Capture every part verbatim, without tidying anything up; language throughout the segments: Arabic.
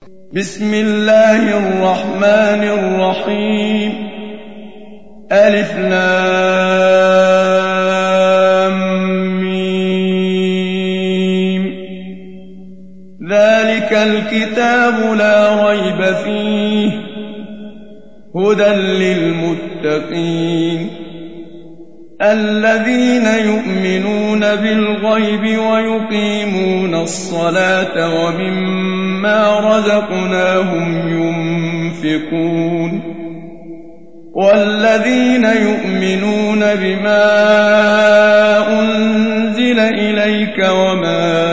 بسم الله الرحمن الرحيم. ألف لام ميم. ذلك الكتاب لا ريب فيه هدى للمتقين الذين يؤمنون بالغيب ويقيمون الصلاة ومما رزقناهم ينفقون والذين يؤمنون بما أنزل إليك وما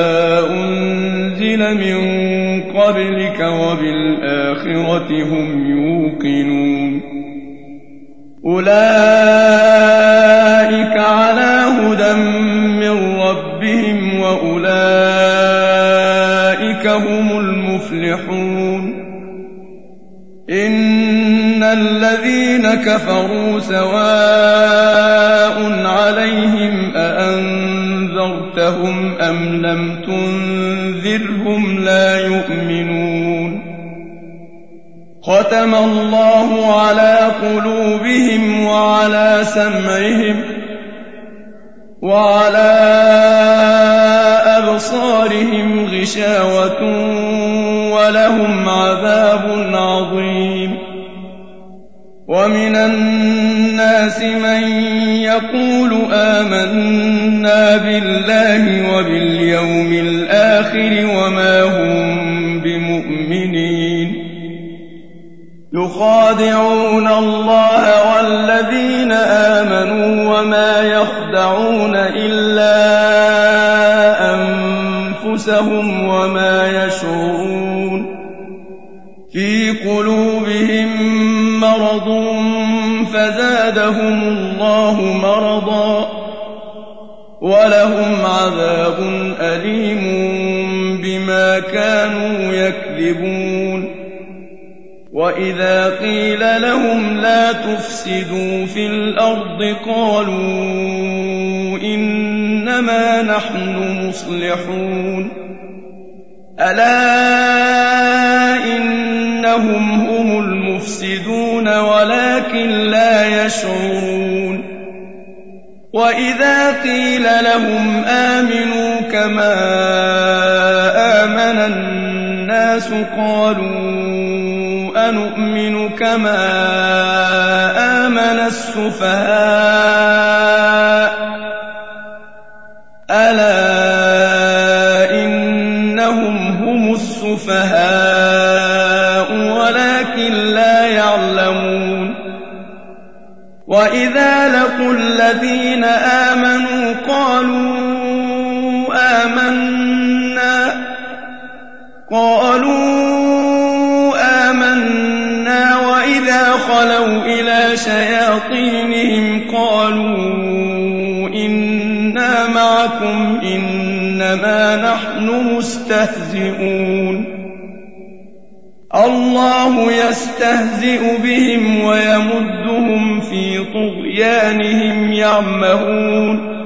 أنزل من قبلك وبالآخرة هم يوقنون أولئك على هدى من ربهم وأولئك هم المفلحون. إن الذين كفروا سواء عليهم أأنذرتهم أم لم تنذرهم لا يؤمنون. ختم الله على قلوبهم وعلى سمعهم وعلى أبصارهم غشاوة ولهم عذاب عظيم. ومن الناس من يقول آمنا بالله وباليوم الآخر وما هم بمؤمنين يخادعون الله والذين آمنوا وما يخدعون إلا أنفسهم وما يشعرون. في قلوبهم مرض فزادهم الله مرضا ولهم عذاب أليم بما كانوا يكذبون. وإذا قيل لهم لا تفسدوا في الأرض قالوا إنما نحن مصلحون. ألا إنهم هم المفسدون ولكن لا يشعرون. وإذا قيل لهم آمنوا كما آمن الناس قالوا أنؤمن كما آمن السفهاء ألا إنهم هم السفهاء ولكن لا يعلمون. وإذا لقوا الذين آمنوا قالوا آمنا قالوا آمنا وإذا خلوا إلى شياطينهم قالوا إنا معكم إنما نحن مستهزئون. الله يستهزئ بهم ويمدهم في طغيانهم يعمهون.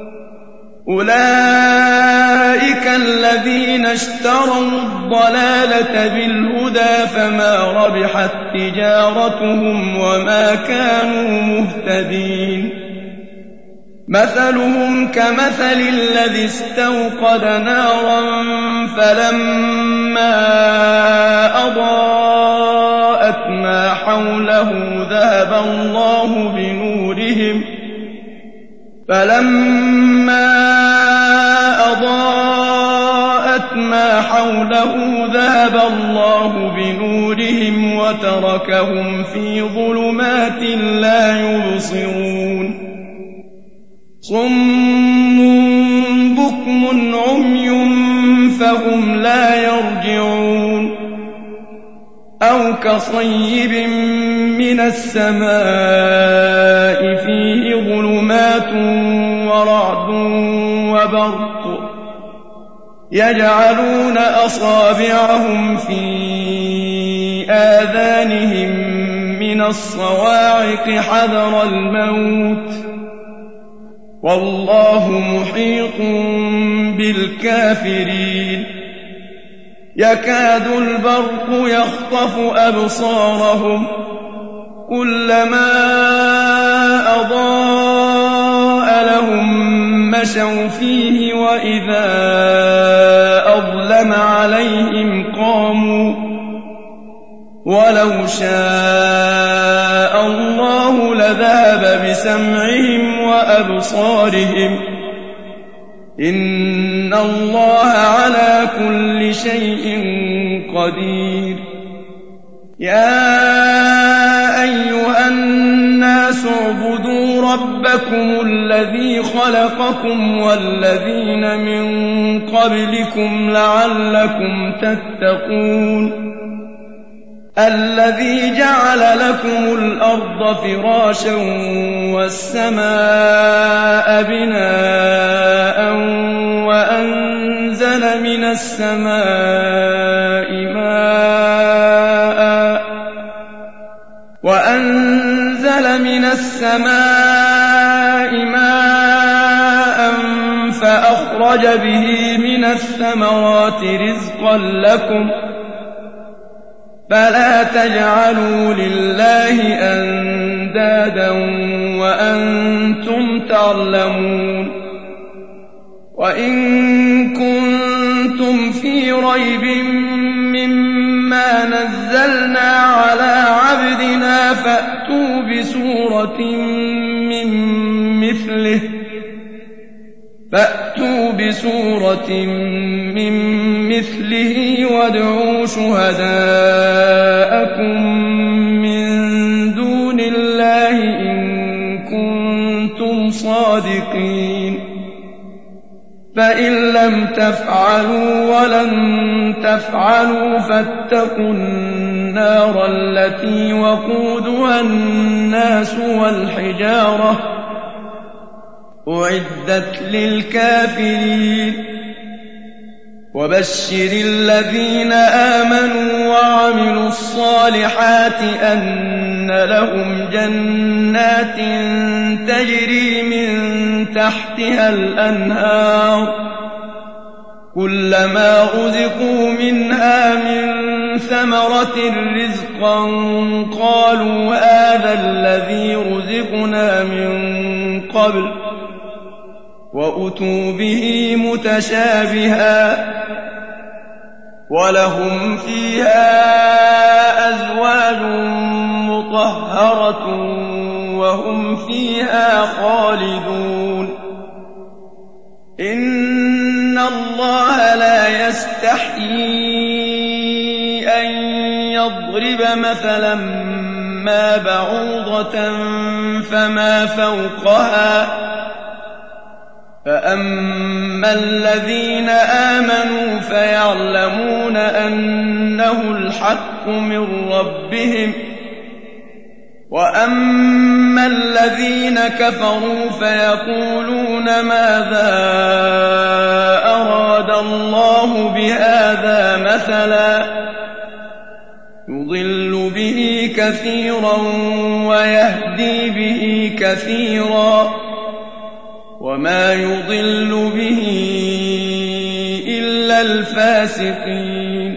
أولئك الذين اشتروا الضلالة بالهدى فما ربحت تجارتهم وما كانوا مهتدين. مثلهم كمثل الذي استوقد نارا فلما أضاءت ما حوله ذهب الله بنورهم فلما أضاءت ما حوله ذهب الله بنورهم وتركهم في ظلمات لا يبصرون. صم بكم عمي فهم لا يرجعون. أو كصيب من السماء فيه ظلمات ورعد وبرق يجعلون أصابعهم في آذانهم من الصواعق حذر الموت والله محيط بالكافرين. يكاد البرق يخطف أبصارهم كلما أضاء لهم مشوا فيه وإذا أظلم عليهم قاموا ولو شاء الله لذهب بسمعهم وأبصارهم إن الله على كل شيء قدير يا أيها الناس اعبدوا ربكم الذي خلقكم والذين من قبلكم لعلكم تتقون الذي جعل لكم الأرض فراشا والسماء بناء وأنزل من السماء ماء وأنزل من السماء ماء فأخرج به من الثمرات رزقا لكم فلا تجعلوا لله أندادا وأنتم تعلمون وإن كنتم في ريب مما نزلنا على عبدنا فأتوا بسورة من مثله فأتوا بسورة من مثله وادعوا شهداءكم من دون الله إن كنتم صادقين فإن لم تفعلوا ولن تفعلوا فاتقوا النار التي وقودها الناس والحجارة أعدت للكافرين وبشر الذين آمنوا وعملوا الصالحات أن لهم جنات تجري من تحتها الأنهار كلما رزقوا منها من ثمرة رزقا قالوا هذا الذي رزقنا من قبل وأتوا به متشابها ولهم فيها أزواج مطهرة وهم فيها خالدون إن الله لا يستحيي أن يضرب مثلا ما بعوضة فما فوقها فأما الذين آمنوا فيعلمون أنه الحق من ربهم وأما الذين كفروا فيقولون ماذا أراد الله بهذا مثلا يضل به كثيرا ويهدي به كثيرا وما يضل به إلا الفاسقين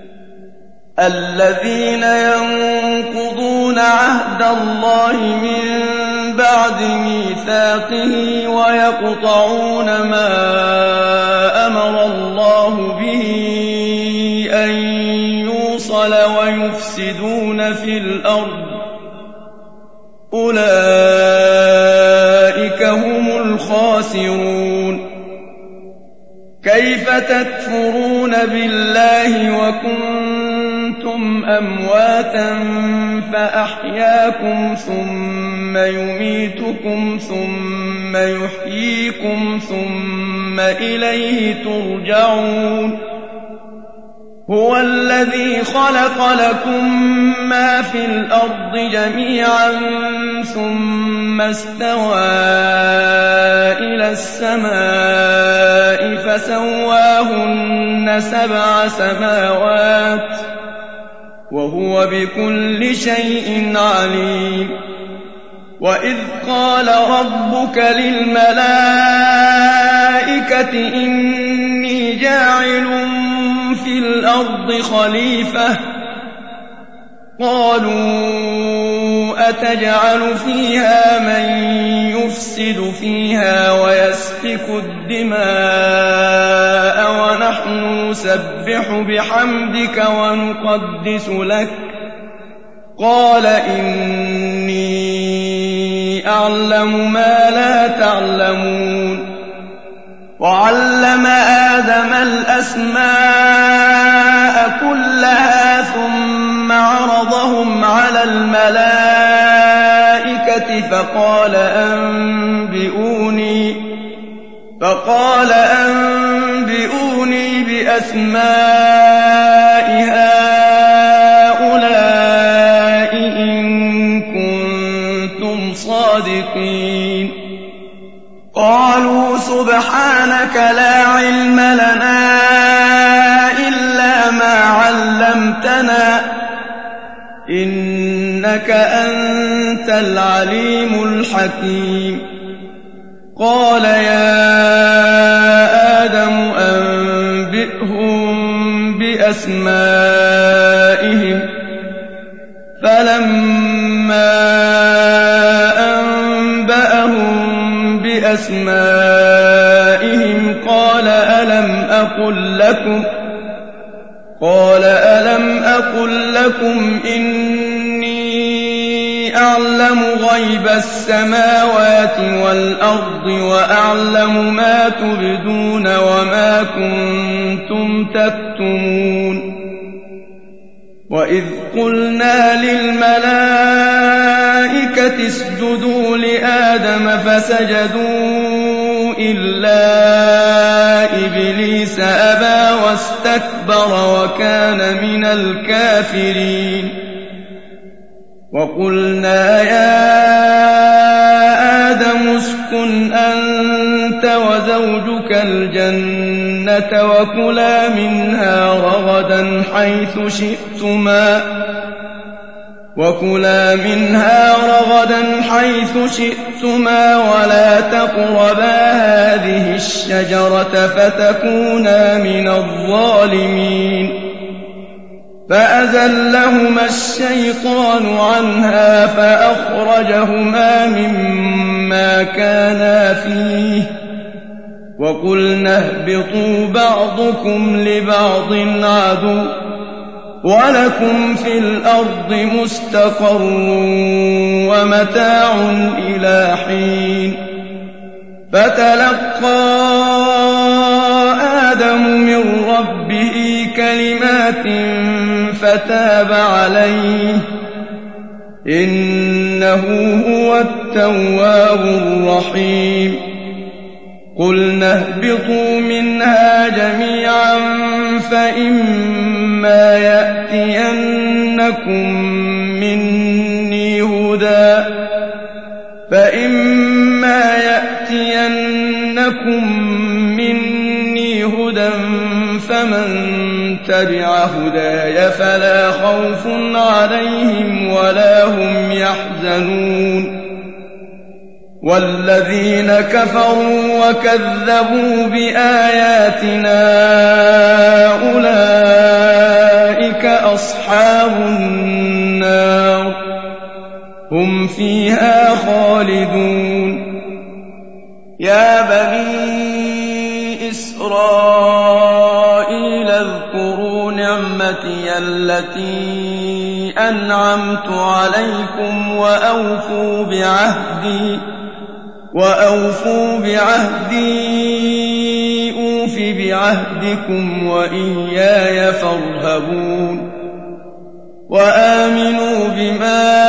الذين ينقضون عهد الله من بعد ميثاقه ويقطعون ما أمر الله به أن يوصل ويفسدون في الأرض أولئك هم الخاسرون كيف تكفرون بالله وكنتم أمواتا فأحياكم ثم يميتكم ثم يحييكم ثم إليه ترجعون هو الذي خلق لكم ما في الأرض جميعا ثم استوى إلى السماء فسواهن سبع سماوات وهو بكل شيء عليم وإذ قال ربك للملائكة إني جاعل في الأرض خليفة قالوا أتجعل فيها من يفسد فيها ويسفك الدماء ونحن نسبح بحمدك ونقدس لك قال إني أعلم ما لا تعلمون وعلم آدم الأسماء كلها ثم عرضهم على الملائكة فقال أنبئوني فقال أنبئوني بأسماء هؤلاء إن كنتم صادقين قالوا سبحانك لا علم لنا إلا ما علمتنا إنك أنت العليم الحكيم قال يا آدم أنبئهم بأسمائهم فلما أنبأهم بأسمائهم قال ألم أقل لكم قال ألم أقل لكم إني أعلم غيب السماوات والأرض وأعلم ما تبدون وما كنتم تكتمون وإذ قلنا للملائكة اسجدوا لآدم فسجدوا إلا إبليس أبى واستكبر وكان من الكافرين وقلنا يا آدم اسكن أنت وزوجك الجنة وكلا منها رغدا حيث شئتما وكلا منها رغدا حيث شئتما ولا تقربا هذه الشجرة فتكونا من الظالمين فأزلهما الشيطان عنها فأخرجهما مما كانا فيه وقلنا اهبطوا بعضكم لبعض عدو ولكم في الأرض مستقر ومتاع إلى حين فتلقى آدم من ربه كلمات فتاب عليه إنه هو التواب الرحيم قلنا اهبطوا منها جميعا فإما يأتينكم مني هدى فإما يأتينكم مني هدى فمن تبع هداي فلا خوف عليهم ولا هم يحزنون والذين كفروا وكذبوا بآياتنا أولئك أصحاب النار هم فيها خالدون يا بني إسرائيل اذكروا نعمتي التي أنعمت عليكم وأوفوا بعهدي وأوفوا بعهدي أوف بعهدكم وإياي فارهبون وآمنوا بما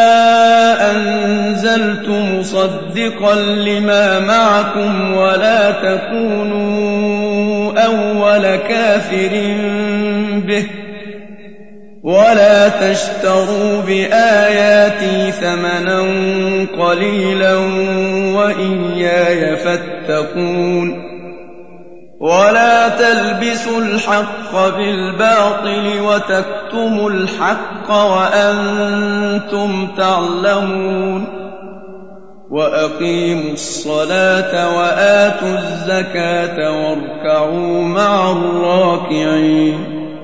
أنزلت مصدقا لما معكم ولا تكونوا أول كافر به ولا تشتروا بآياتي ثمنا قليلا وإياي فاتقون ولا تلبسوا الحق بالباطل وتكتموا الحق وأنتم تعلمون وأقيموا الصلاة وآتوا الزكاة واركعوا مع الراكعين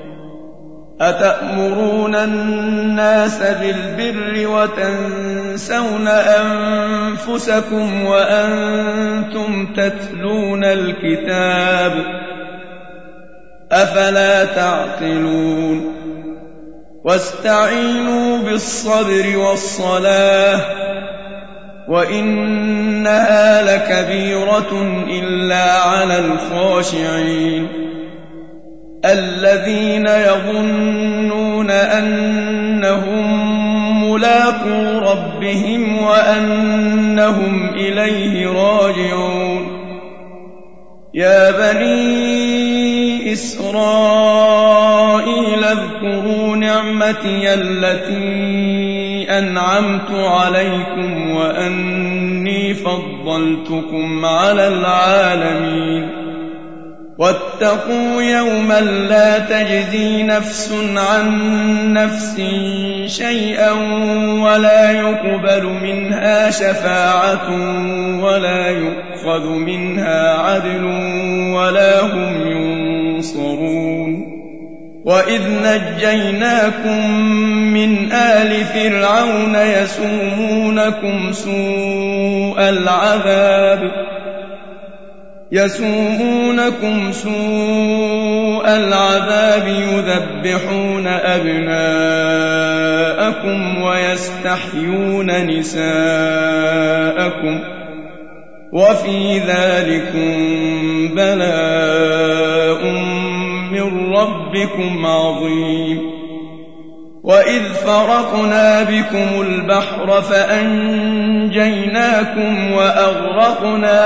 أتأمرون الناس بالبر وتنسون أنفسكم وأنتم تتلون الكتاب أفلا تعقلون واستعينوا بالصبر والصلاة وإنها لكبيرة إلا على الخاشعين الذين يظنون أنهم ملاقو ربهم وأنهم إليه راجعون يا بني إسرائيل اذكروا نعمتي التي أنعمت عليكم وأني فضلتكم على العالمين واتقوا يوما لا تجزي نفس عن نفس شيئا ولا يقبل منها شفاعة ولا يؤخذ منها عدل ولا هم ينصرون وإذ نجيناكم من آل فرعون يسومونكم سوء العذاب يسومونكم سوء العذاب يذبحون أبناءكم ويستحيون نساءكم وفي ذلكم بلاء من ربكم عظيم وإذ فرقنا بكم البحر فأنجيناكم وأغرقنا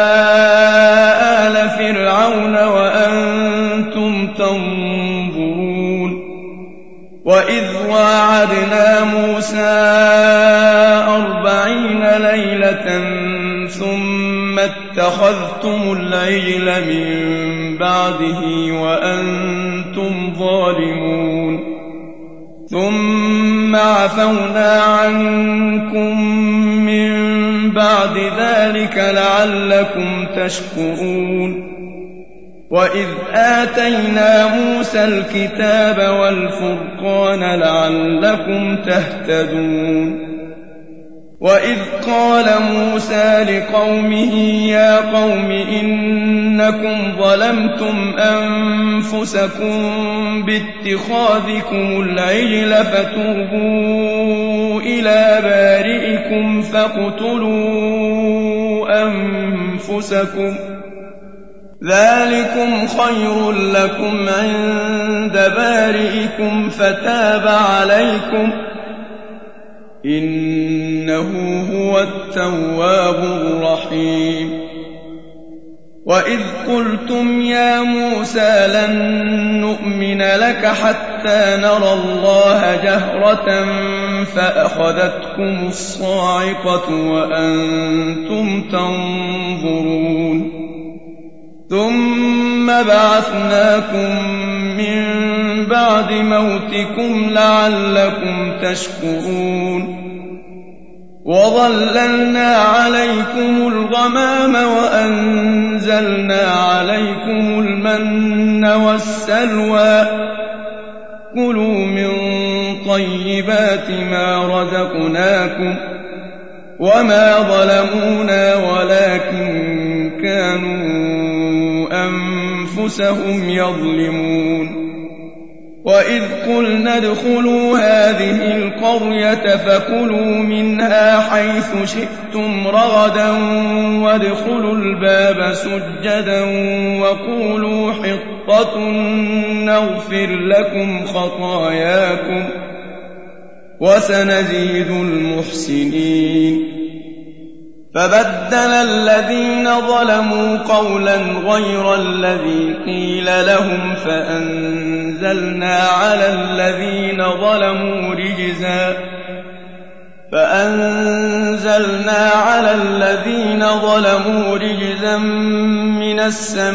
آل فرعون وأنتم تنظرون وإذ واعدنا موسى أربعين ليلة ثم اتخذتم العجل من بعده وأنتم ظالمون ثم عفونا عنكم من بعد ذلك لعلكم تشكرون وإذ آتينا موسى الكتاب والفرقان لعلكم تهتدون وإذ قال موسى لقومه يا قوم إنكم ظلمتم أنفسكم باتخاذكم العجل فتوبوا إلى بارئكم فاقتلوا أنفسكم ذلكم خير لكم عند بارئكم فتاب عليكم إنه هو التواب الرحيم وإذ قلتم يا موسى لن نؤمن لك حتى نرى الله جهرة فأخذتكم الصاعقة وأنتم تنظرون ثم بعثناكم من بعد موتكم لعلكم تشكرون وظللنا عليكم الغمام وأنزلنا عليكم المن والسلوى كلوا من طيبات ما رزقناكم وما ظلمونا ولكن كانوا أنفسهم يظلمون وإذ قلنا ادخلوا هذه القرية فكلوا منها حيث شئتم رغدا وادخلوا الباب سجدا وقولوا حطة نغفر لكم خطاياكم وسنزيد المحسنين فبدل الذين ظلموا قولا غير الذي قيل لهم فأنزلنا على الذين ظلموا رجزا فأنزلنا على الذين ظلموا رجزا من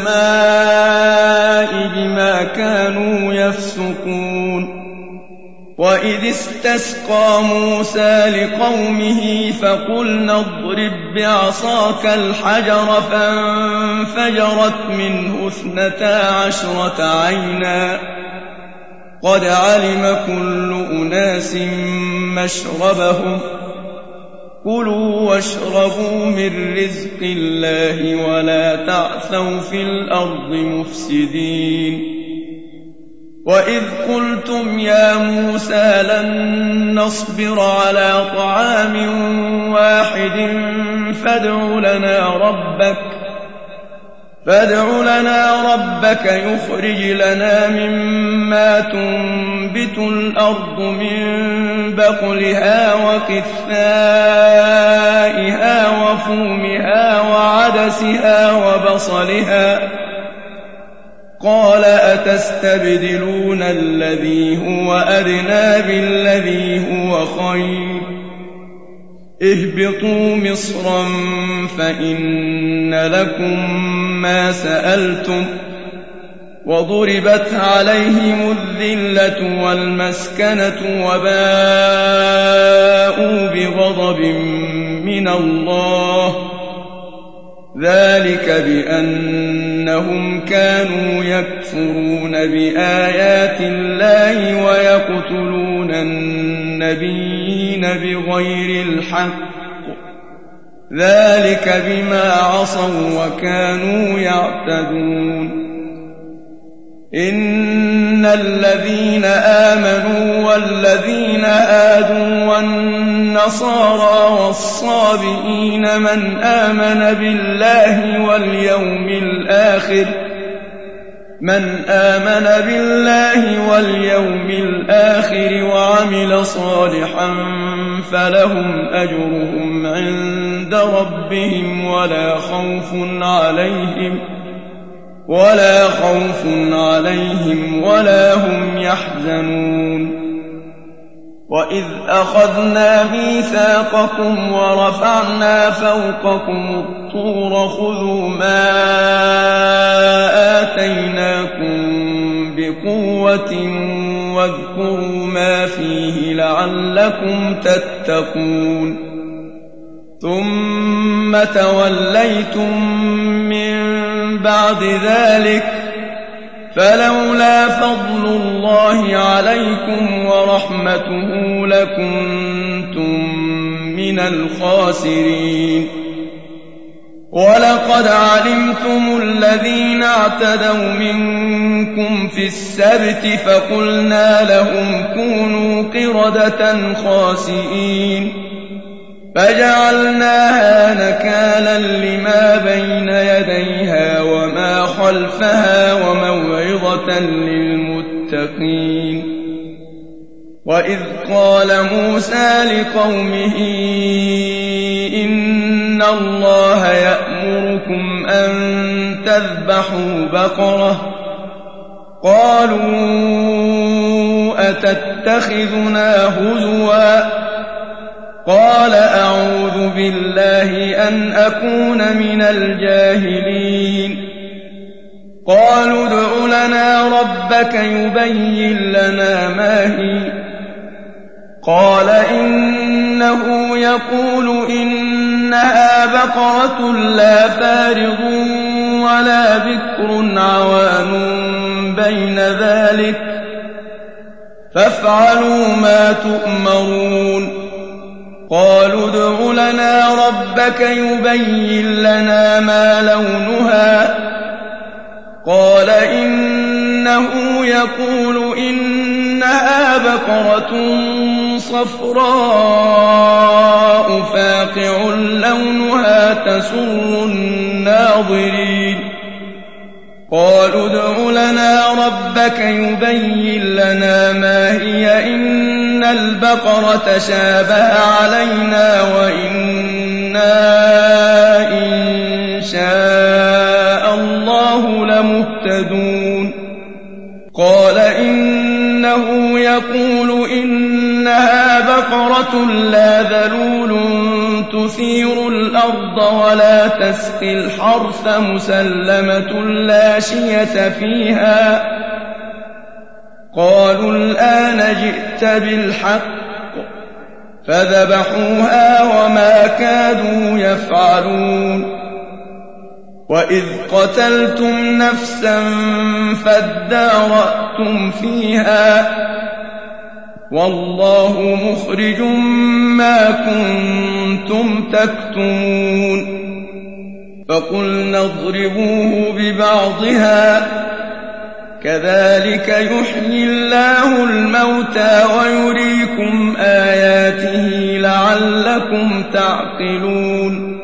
السماء بما كانوا يفسقون وَإِذِ اسْتَسْقَىٰ مُوسَىٰ لِقَوْمِهِ فَقُلْنَا اضْرِب بِّعَصَاكَ الْحَجَرَ فَانفَجَرَتْ مِنْهُ اثْنَتَا عَشْرَةَ عَيْنًا ۖ قَدْ عَلِمَ كُلُّ أُنَاسٍ مَّشْرَبَهُمْ ۖ كُلُوا وَاشْرَبُوا مِن رِّزْقِ اللَّهِ وَلَا تَعْثَوْا فِي الْأَرْضِ مُفْسِدِينَ وَإِذْ قُلْتُمْ يَا مُوسَىٰ لَن نَّصْبِرَ عَلَىٰ طَعَامٍ وَاحِدٍ فَادْعُ لَنَا رَبَّكَ فادع لنا ربك يخرج لنا مما تنبت الأرض من بقلها وقثائها وفومها وعدسها وبصلها قال أتستبدلون الذي هو أدنى بالذي هو خير اهبطوا مصرا فإن لكم ما سألتم وضربت عليهم الذلة والمسكنة وباءوا بغضب من الله ذلك بأنهم كانوا يكفرون بآيات الله ويقتلون النبيين بغير الحق ذلك بما عصوا وكانوا يعتدون إن الذين آمنوا والذين هادوا والنصارى والصابئين من آمن بالله واليوم الآخر من آمن بالله واليوم الآخر وعمل صالحا فلهم أجرهم عند ربهم ولا خوف عليهم ولا خوف عليهم ولا هم يحزنون وإذ أخذنا ميثاقكم ورفعنا فوقكم الطور خذوا ما آتيناكم بقوة واذكروا ما فيه لعلكم تتقون ثم توليتم من بعد ذلك فلولا فضل الله عليكم ورحمته لكنتم من الخاسرين ولقد علمتم الذين اعتدوا منكم في السبت فقلنا لهم كونوا قردة خاسئين فجعلناها نكالا لما بين يديها وما خلفها وموعظة للمتقين وإذ قال موسى لقومه إن الله يأمركم أن تذبحوا بقرة قالوا أتتخذنا هزوا قال أعوذ بالله أن أكون من الجاهلين قالوا ادع لنا ربك يبين لنا ما هي قال إنه يقول إنها بقرة لا فارض ولا بكر عوان بين ذلك فافعلوا ما تؤمرون قالوا ادع لنا ربك يبين لنا ما لونها قال إنه يقول إنها بقرة صفراء فاقع لونها تسر الناظرين قالوا ادع لنا ربك يبين لنا ما هي إن البقرة شابه علينا وإنا إن شاء الله لمهتدون قال إنه يقول إنها بقرة لا ذلول تثير الأرض ولا تسقي الحرث مسلمة لا شية فيها قالوا الآن جئت بالحق فذبحوها وما كادوا يفعلون وإذ قتلتم نفسا فادارأتم فيها والله مخرج ما كنتم تكتمون فقلنا اضربوه ببعضها كذلك يحيي الله الموتى ويريكم آياته لعلكم تعقلون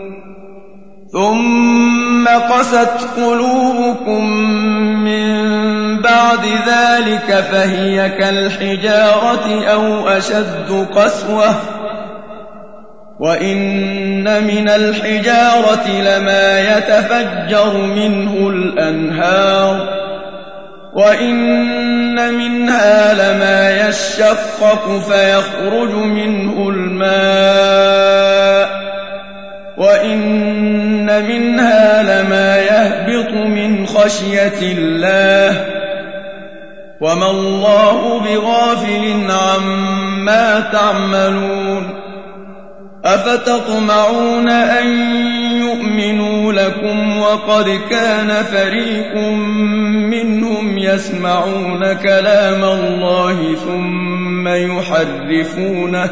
ثم قست قلوبكم من بعد ذلك فهي كالحجارة أو أشد قسوة وإن من الحجارة لما يتفجر منه الأنهار وإن منها لما يشقق فيخرج منه الماء وإن منها لما يهبط من خشية الله وما الله بغافل عما تعملون أفتطمعون أن يؤمنوا لكم وقد كان فريق منهم يسمعون كلام الله ثم يحرفونه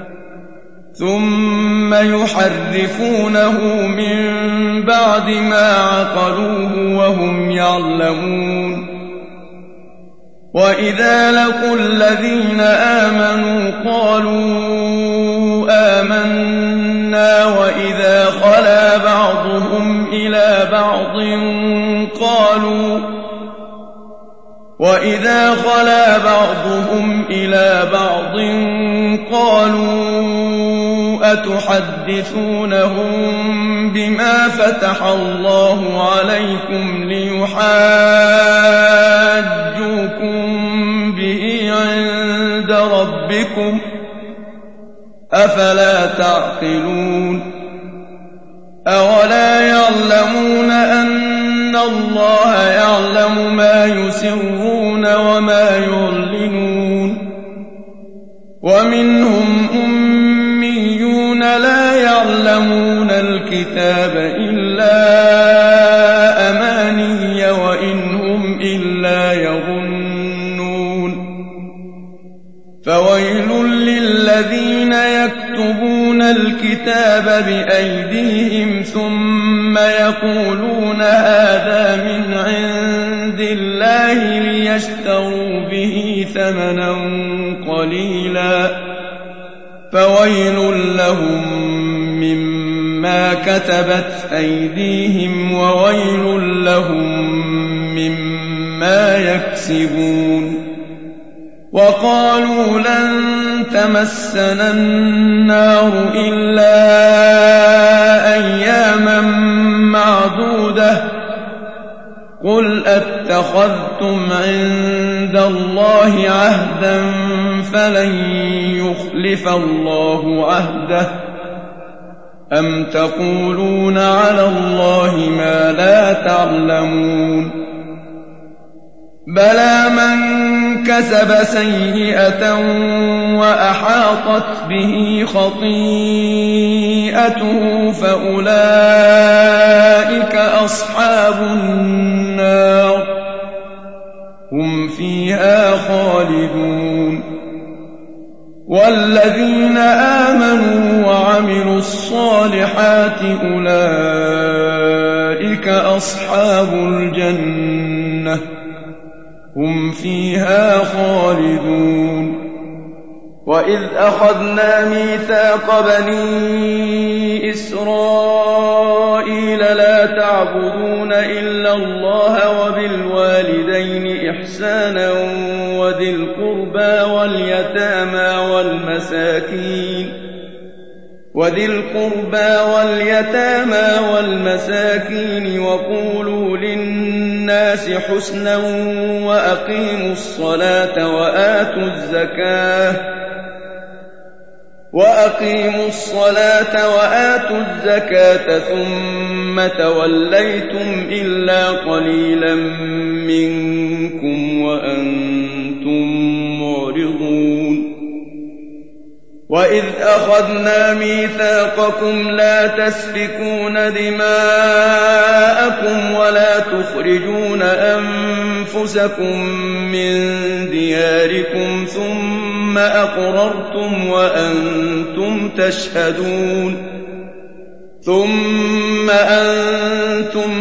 ثم يحرفونه من بعد ما عقلوه وهم يعلمون وإذا لقوا الذين آمنوا قالوا آمنا وإذا خلا بعضهم إلى بعض قالوا وإذا خلا بعضهم إلى بعض قالوا أتحدثونهم بما فتح الله عليكم ليحاجوكم به عند ربكم أفلا تعقلون أولا يعلمون أن الله يعلم ما يسرون وما يعلنون ومنهم أميون لا يعلمون الكتاب إلا أماني وإن هم إلا يظنون فويل للذين يكتبون الكتاب بأيديهم ثم يقولون هذا من عند الله ليشتروا به ثمنا قليلا فويل لهم مما كتبت أيديهم وويل لهم مما يكسبون وقالوا لن تمسنا النار إلا أياما معدودة قل أتخذتم عند الله عهدا فلن يخلف الله عهده أم تقولون على الله ما لا تعلمون بلى من كسب سيئة وأحاطت به خطيئته فأولئك أصحاب النار هم فيها خالدون والذين آمنوا وعملوا الصالحات أولئك أصحاب الجنة هم فيها خالدون وإذ أخذنا ميثاق بني إسرائيل لا تعبدون إلا الله وبالوالدين إحسانا وذي القربى واليتامى والمساكين وذي القربى واليتامى والمساكين وقولوا للناس حسنا وأقيموا الصلاة وآتوا الزكاة وأقيموا الصلاة وآتوا الزكاة ثم توليتم إلا قليلا منكم وأنتم وَإِذْ أَخَذْنَا مِيثَاقَكُمْ لَا تَسْفِكُونَ دِمَاءَكُمْ وَلَا تُخْرِجُونَ أَنفُسَكُم مِّن دِيَارِكُمْ ثُمَّ أَقْرَرْتُمْ وَأَنتُمْ تَشْهَدُونَ ثُمَّ أَنتُمْ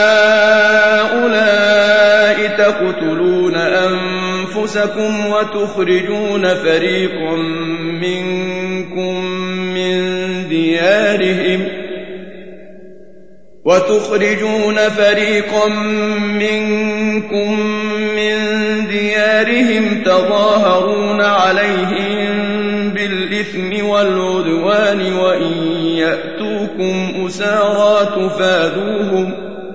هَٰؤُلَاءِ تَقْتُلُونَ أَنفُسَكُمْ وَتُخْرِجُونَ فَرِيقًا مِّنكُم مِّن دِيَارِهِمْ وَتُخْرِجُونَ فَرِيقًا مِّنكُم مِّن دِيَارِهِمْ تَظَاهَرُونَ عَلَيْهِم بِالْإِثْمِ وَالْعُدْوَانِ وَإِن يَأْتُوكُمْ أُسَارَىٰ تُفَادُوهُمْ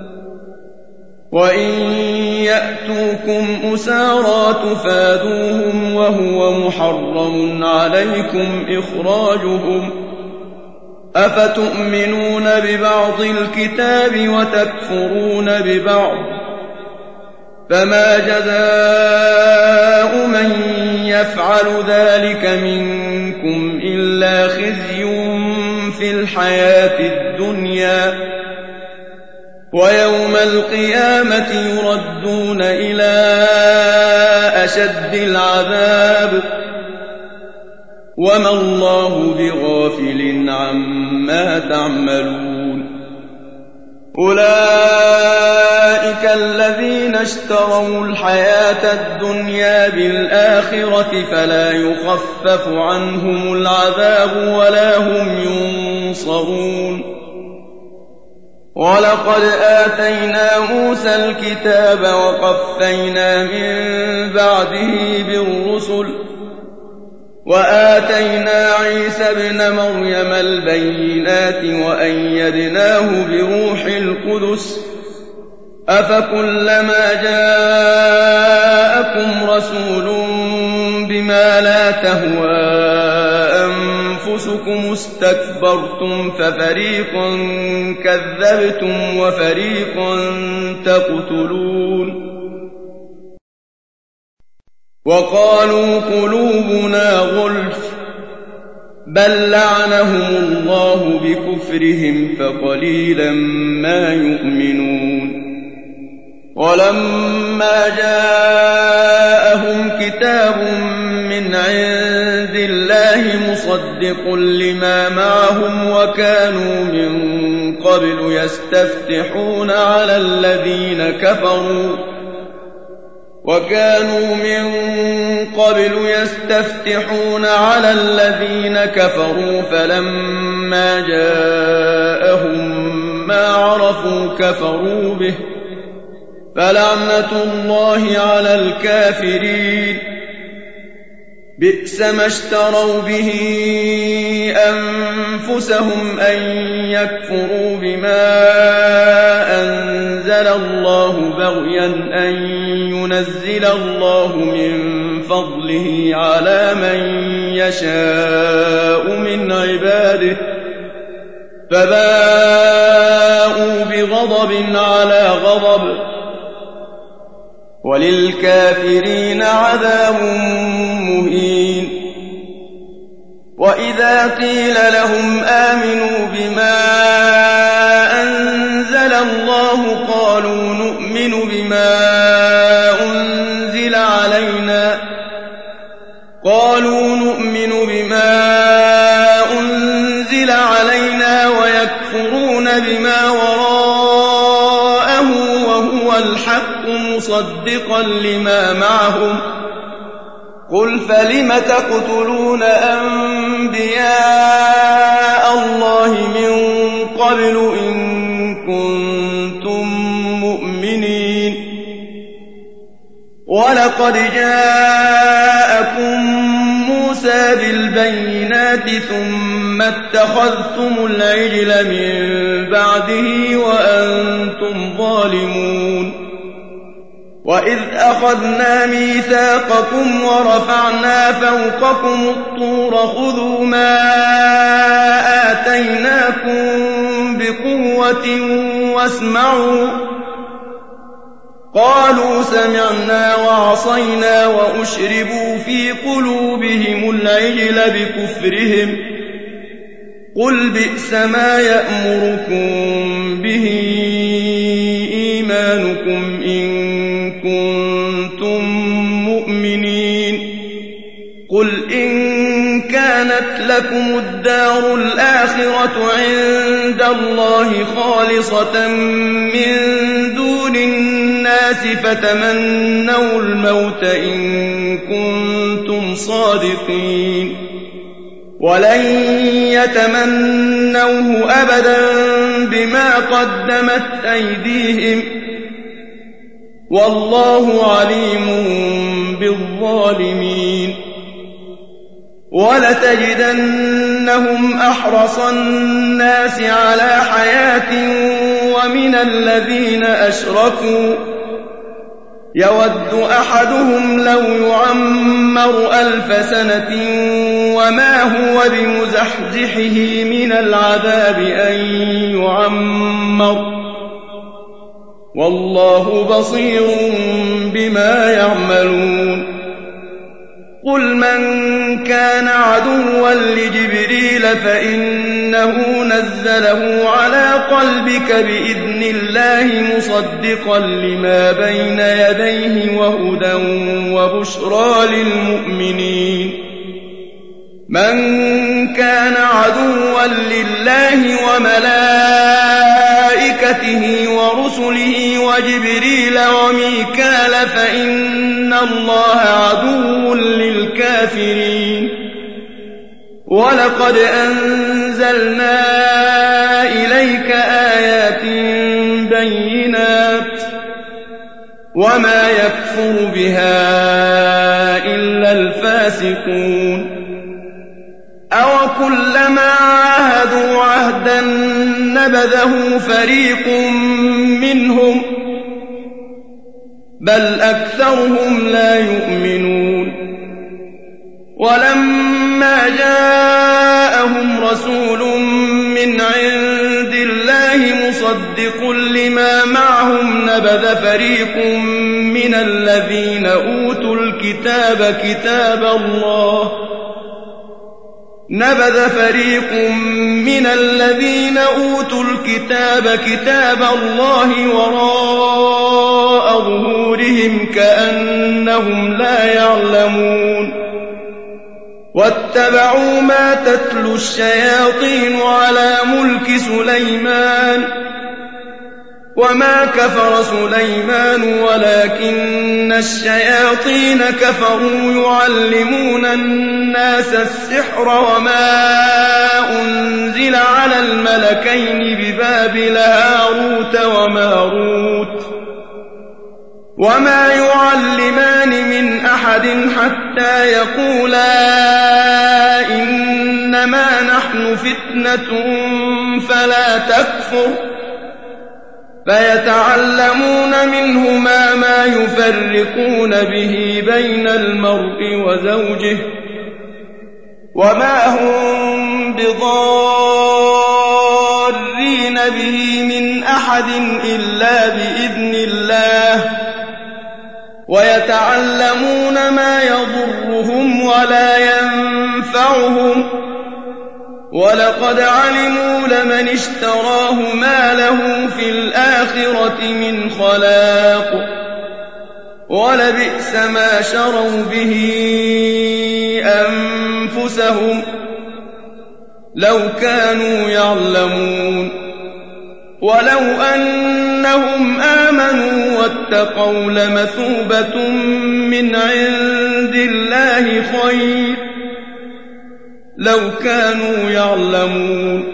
وَإِن يَأْتُوكُمْ أُسَارَىٰ تُفَادُوهُمْ وَهُوَ مُحَرَّمٌ عَلَيْكُمْ إِخْرَاجُهُمْ أَفَتُؤْمِنُونَ بِبَعْضِ الْكِتَابِ وَتَكْفُرُونَ بِبَعْضٍ ۚ فَمَا جَزَاءُ مَن يَفْعَلُ ذَٰلِكَ مِنكُمْ إِلَّا خِزْيٌ فِي الْحَيَاةِ الدُّنْيَا ۖ وَيَوْمَ الْقِيَامَةِ يُرَدُّونَ إِلَىٰ أَشَدِّ الْعَذَابِ ۗ وَمَا اللَّهُ بِغَافِلٍ عَمَّا تَعْمَلُونَ أُولَٰئِكَ الَّذِينَ اشْتَرَوُا الْحَيَاةَ الدُّنْيَا بِالْآخِرَةِ فَلَا يُخَفَّفُ عَنْهُمُ الْعَذَابُ وَلَا هُمْ يُنصَرُونَ وَلَقَدْ آتَيْنَا مُوسَى الْكِتَابَ وَقَفَّيْنَا مِن بَعْدِهِ بِالرُّسُلِ وَآتَيْنَا عِيسَى ابْنَ مَرْيَمَ الْبَيِّنَاتِ وَأَيَّدْنَاهُ بِرُوحِ الْقُدُسِ ۗ أَفَكُلَّمَا جَاءَكُمْ رَسُولٌ بِمَا لَا تَهْوَىٰ أَنفُسُكُمُ اسْتَكْبَرْتُمْ فَفَرِيقًا كَذَّبْتُمْ وَفَرِيقًا تَقْتُلُونَ وَقَالُوا قُلُوبُنَا غُلْفٌ ۚ بَل لَّعَنَهُمُ اللَّهُ بِكُفْرِهِمْ فَقَلِيلًا مَّا يُؤْمِنُونَ وَلَمَّا جَاءَهُمْ كِتَابٌ مِّنْ عِندِ اللَّهِ مُصَدِّقٌ لِّمَا مَعَهُمْ وَكَانُوا مِن قَبْلُ يَسْتَفْتِحُونَ عَلَى الَّذِينَ كَفَرُوا وَكَانُوا مِن قَبْلُ يَسْتَفْتِحُونَ عَلَى الَّذِينَ كَفَرُوا فَلَمَّا جَاءَهُم مَّا عَرَفُوا كَفَرُوا بِهِ ۚ فَلَعْنَةُ اللَّهِ عَلَى الْكَافِرِينَ بِئْسَ مَا اشْتَرَوْا بِهِ أَنفُسَهُمْ أَن يَكْفُرُوا بِمَا أَنزَلَ اللَّهُ بَغْيًا أَن يُنَزِّلَ اللَّهُ مِن فَضْلِهِ عَلَىٰ مَن يَشَاءُ مِنْ عِبَادِهِ ۖ فَبَاءُوا بِغَضَبٍ عَلَىٰ غَضَبٍ ۚ وَلِلْكَافِرِينَ عَذَابٌ مُّهِينٌ وَإِذَا قِيلَ لَهُمْ آمِنُوا بِمَا أَنزَلَ اللَّهُ قَالُوا نُؤْمِنُ بِمَا أُنزِلَ عَلَيْنَا قَالُوا نُؤْمِنُ بِمَا أُنزِلَ عَلَيْنَا وَيَكْفُرُونَ بِمَا وَرَاءَهُ وَهُوَ الْحَقُّ مُصَدِّقًا لِّمَا مَعَهُمْ ۗ قُلْ فَلِمَ تَقْتُلُونَ أَنبِيَاءَ اللَّهِ مِن قَبْلُ إِن كُنتُم مُّؤْمِنِينَ وَلَقَدْ جَاءَكُم مُّوسَىٰ بِالْبَيِّنَاتِ ثُمَّ اتَّخَذْتُمُ الْعِجْلَ مِن بَعْدِهِ وَأَنتُمْ ظَالِمُونَ وَإِذْ أَخَذْنَا مِيثَاقَكُمْ وَرَفَعْنَا فَوْقَكُمُ الطُّورَ خُذُوا مَا آتَيْنَاكُم بِقُوَّةٍ وَاسْمَعُوا قالوا سمعنا وعصينا وأشربوا في قلوبهم العجل بكفرهم قل بئس ما يأمركم به إيمانكم إن كنتم مؤمنين قل إن كانت لكم الدار الآخرة عند الله خالصة من دون الناس فتمنوا الموت إن كنتم صادقين ولن يتمنوه أبدا بما قدمت أيديهم والله عليم بالظالمين ولتجدنهم أحرص الناس على حياة ومن الذين أشركوا يود أحدهم لو يعمر ألف سنة وما هو بمزحزحه من العذاب أن يعمر والله بصير بما يعملون قل من كان عدوا لجبريل فإنه نزله على قلبك بإذن الله مصدقا لما بين يديه وهدى وبشرى للمؤمنين من كان عدوا لله وملائكته ورسله وجبريل وميكال فإن الله عدو للكافرين ولقد أنزلنا إليك آيات بينات وما يكفر بها إلا الفاسقون أو كلما عاهدوا عهدا نبذه فريق منهم بل أكثرهم لا يؤمنون ولما جاءهم رسول من عند الله مصدق لما معهم نبذ فريق من الذين أوتوا الكتاب كتاب الله نبذ فريق من الذين أوتوا الكتاب كتاب الله وراء ظهورهم كأنهم لا يعلمون واتبعوا ما تتلو الشياطين على ملك سليمان وما كفر سليمان ولكن الشياطين كفروا يعلمون الناس السحر وما أنزل على الملكين ببابل هاروت وماروت وما يعلمان من أحد حتى يقولا إنما نحن فتنة فلا تكفر فيتعلمون منهما ما يفرقون به بين المرء وزوجه وما هم بضارين به من أحد إلا بإذن الله ويتعلمون ما يضرهم ولا ينفعهم ولقد علموا لمن اشتراه ما له في الآخرة من خلاق ولبئس ما شروا به أنفسهم لو كانوا يعلمون ولو أنهم آمنوا واتقوا لمثوبة من عند الله خير لو كانوا يعلمون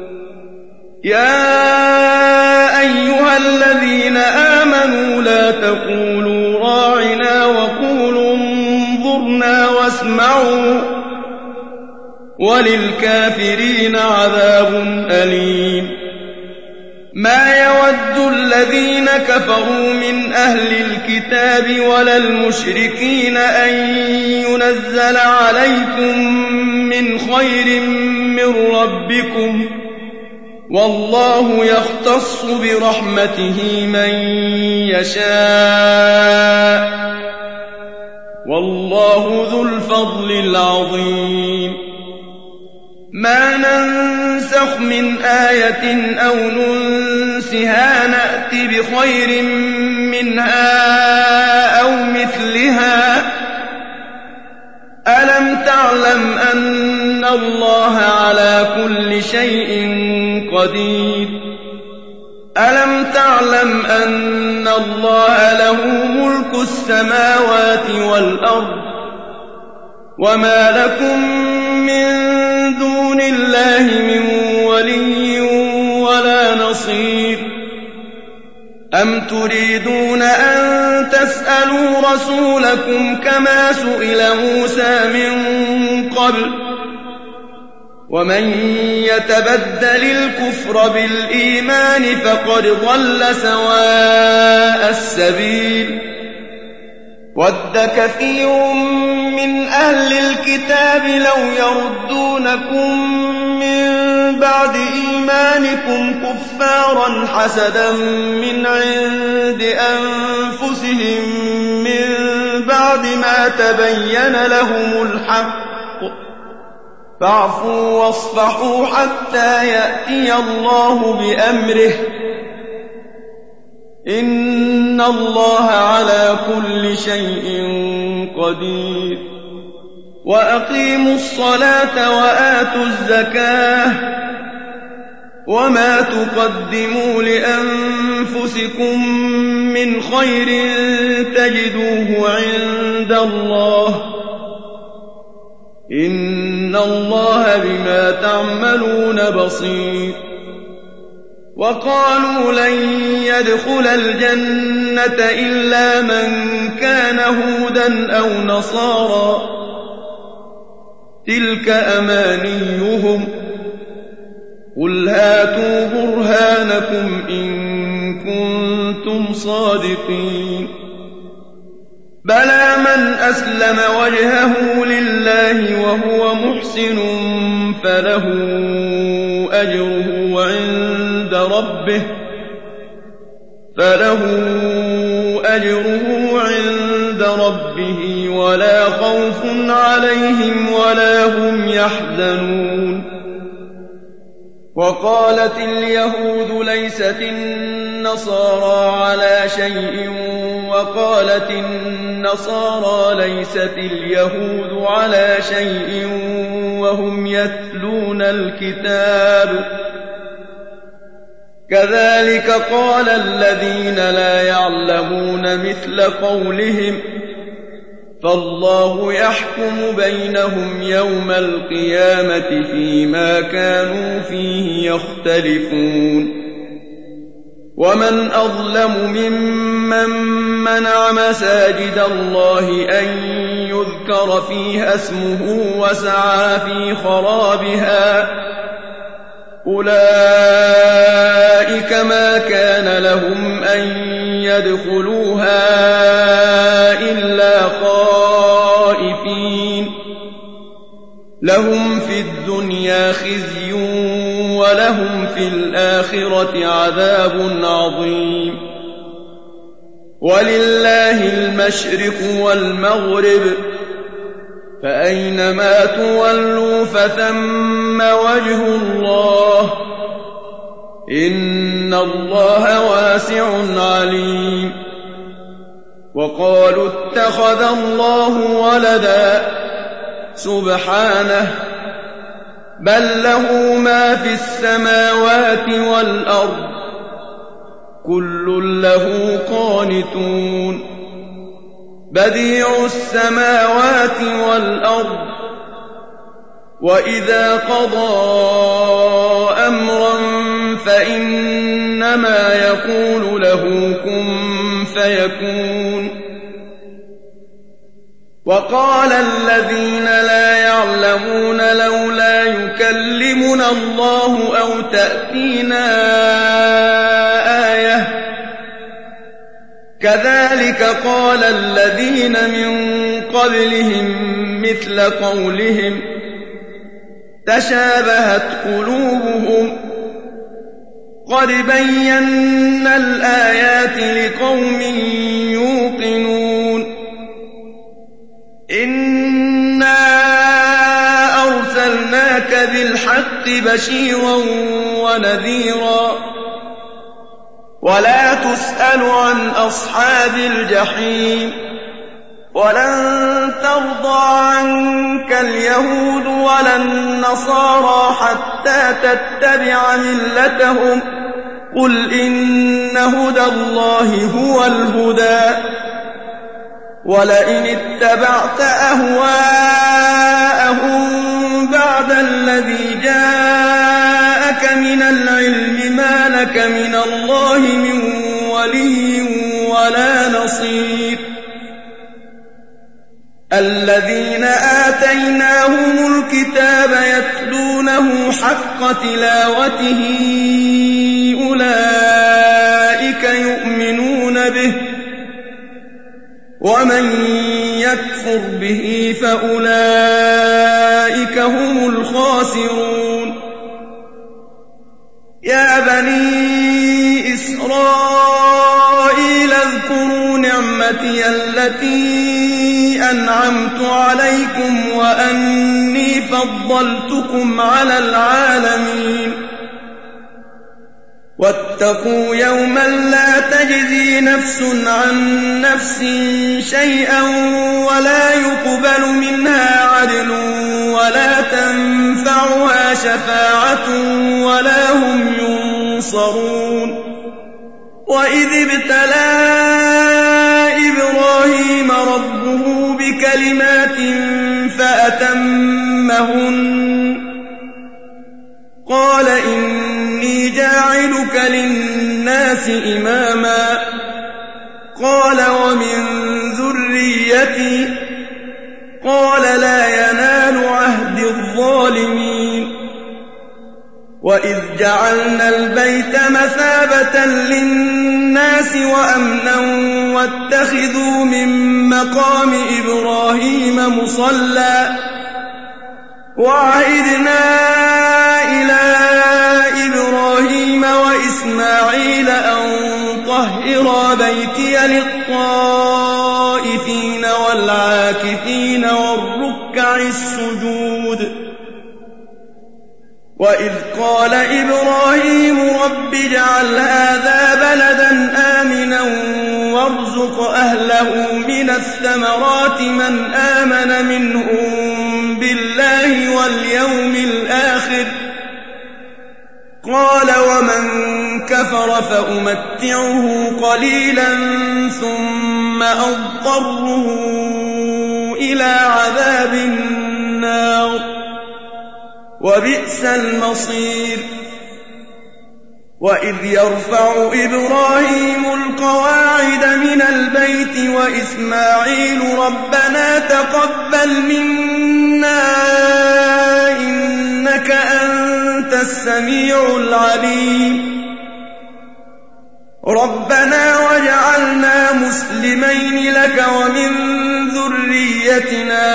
يا أيها الذين آمنوا لا تقولوا راعنا وقولوا انظرنا واسمعوا وللكافرين عذاب أليم ما يود الذين كفروا من أهل الكتاب ولا المشركين أن ينزل عليكم من خير من ربكم والله يختص برحمته من يشاء والله ذو الفضل العظيم ما ننسخ من آية أو ننسها نأت بخير منها أو مثلها ألم تعلم أن الله على كل شيء قدير ألم تعلم أن الله له ملك السماوات والأرض وما لكم من دون الله من ولي ولا نصير أم تريدون أن تسألوا رسولكم كما سئل موسى من قبل ومن يتبدل الكفر بالإيمان فقد ضل سواء السبيل ود كثير من أهل الكتاب لو يردونكم من بعد إيمانكم كفارا حسدا من عند أنفسهم من بعد ما تبين لهم الحق فاعفوا واصفحوا حتى يأتي الله بأمره إن الله على كل شيء قدير وأقيموا الصلاة وآتوا الزكاة وما تقدموا لأنفسكم من خير تجدوه عند الله إن الله بما تعملون بصير وقالوا لن يدخل الجنة إلا من كان هودا أو نصارى تلك أمانيهم قل هاتوا برهانكم إن كنتم صادقين بلى من أسلم وجهه لله وهو محسن فله أجره عند ربه فله أجره عند ربه ولا خوف عليهم ولا هم يحزنون وقالت اليهود ليست النصارى على شيء وقالت النصارى ليست اليهود على شيء وهم يتلون الكتاب كذلك قال الذين لا يعلمون مثل قولهم فالله يحكم بينهم يوم القيامة فيما كانوا فيه يختلفون ومن أظلم ممن منع مساجد الله أن يذكر فيها اسمه وسعى في خرابها أولئك ما كان لهم أن يدخلوها إلا خائفين لهم في الدنيا خزي ولهم في الآخرة عذاب عظيم ولله المشرق والمغرب فأينما تولوا فثم وجه الله إن الله واسع عليم وقالوا اتخذ الله ولدا سبحانه بل له ما في السماوات والأرض كل له قانتون بديع السماوات والأرض وإذا قضى أمرا فإنما يقول له كن فيكون وقال الذين لا يعلمون لولا يكلمنا الله أو تأتينا آية كذلك قال الذين من قبلهم مثل قولهم تشابهت قلوبهم قد بينا الآيات لقوم يوقنون إنا أرسلناك بالحق بشيرا ونذيرا ولا تسأل عن أصحاب الجحيم ولن ترضى عنك اليهود ولا النصارى حتى تتبع ملتهم قل إن هدى الله هو الهدى ولئن اتبعت أهواءهم بعد الذي جاءك من العلم ما لك من الله من ولي ولا نصير الذين آتيناهم الكتاب يتلونه حق تلاوته أولئك يؤمنون به ومن يكفر به فأولئك هم الخاسرون يا بني إسرائيل اذكروا نعمتي التي أنعمت عليكم وأني فضلتكم على العالمين واتقوا يوما لا تجزي نفس عن نفس شيئا ولا يقبل منها عدل ولا تنفعها شفاعة ولا هم ينصرون وإذ ابتلى إبراهيم ربه بكلمات فأتمهن قال إني جاعلك للناس إماما قال ومن ذريتي قال لا ينال عهد الظالمين وإذ جعلنا البيت مثابة للناس وأمنا واتخذوا من مقام إبراهيم مصلى وعهدنا إلى إبراهيم وإسماعيل أن طهرا بيتي للطائفين والعاكفين والركع السجود وإذ قال إبراهيم رب اجعل هذا بلدا آمنا وارزق أهله من الثمرات من آمن منهم بالله واليوم الآخر قال ومن كفر فأمتعه قليلا ثم أضطره إلى عذاب النار وبئس المصير وإذ يرفع إبراهيم القواعد من البيت وإسماعيل ربنا تقبل منا إنك أنت السميع العليم ربنا واجعلنا مسلمين لك ومن ذريتنا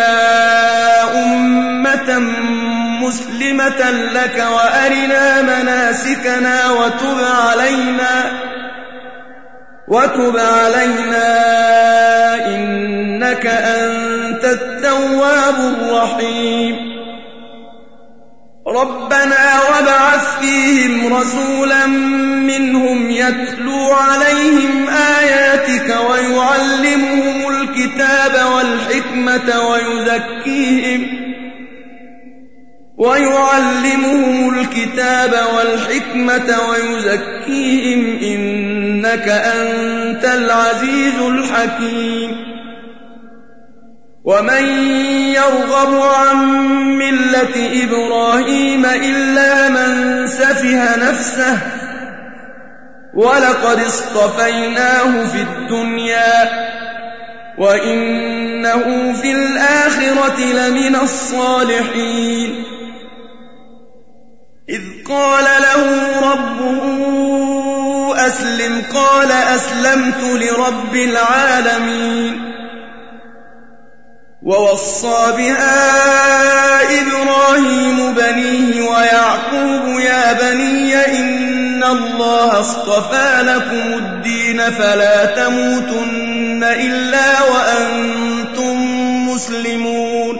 أمة مسلمة لك وأرنا مناسكنا وتب علينا وتب علينا إنك أنت التواب الرحيم ربنا وابعث فيهم رسولا منهم يتلو عليهم آياتك ويعلمهم الكتاب والحكمة ويزكيهم ويعلمهم الكتاب والحكمة ويزكيهم إنك أنت العزيز الحكيم ومن يرغب عن ملة إبراهيم إلا من سفه نفسه ولقد اصطفيناه في الدنيا وإنه في الآخرة لمن الصالحين إذ قال له ربه أسلم قال أسلمت لرب العالمين ووصى بها إبراهيم بنيه ويعقوب يا بني إن الله ورفع لكم الدين فلا تموتن إلا وأنتم مسلمون.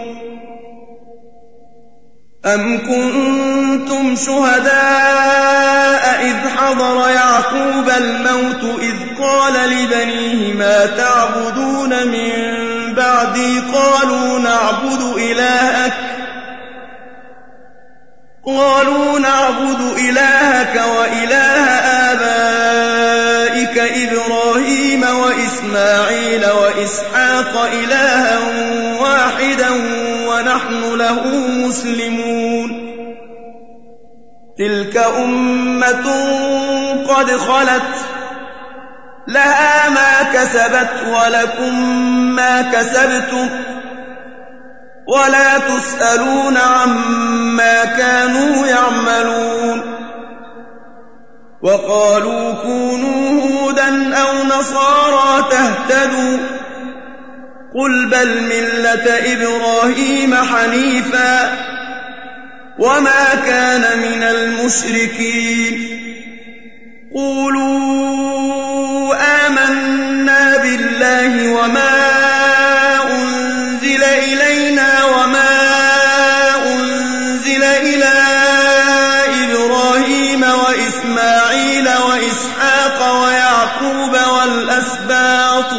أم كنتم شهداء إذ حضر يعقوب الموت إذ قال لبنيه ما تعبدون من بعدي قالوا نعبد إلهك قالوا نعبد إلهك وإله آبائك إبراهيم وإسماعيل وإسحاق إلها واحدا ونحن له مسلمون. تلك أمة قد خلت لها ما كسبت ولكم ما كسبتم ولا تسألون عما كانوا يعملون. وقالوا كونوا هودا أو نصارى تهتدوا قل بل ملة إبراهيم حنيفا وما كان من المشركين. قولوا آمنا بالله وما أنزل إلينا وما أنزل إلى إبراهيم وإسماعيل وإسحاق ويعقوب والأسباط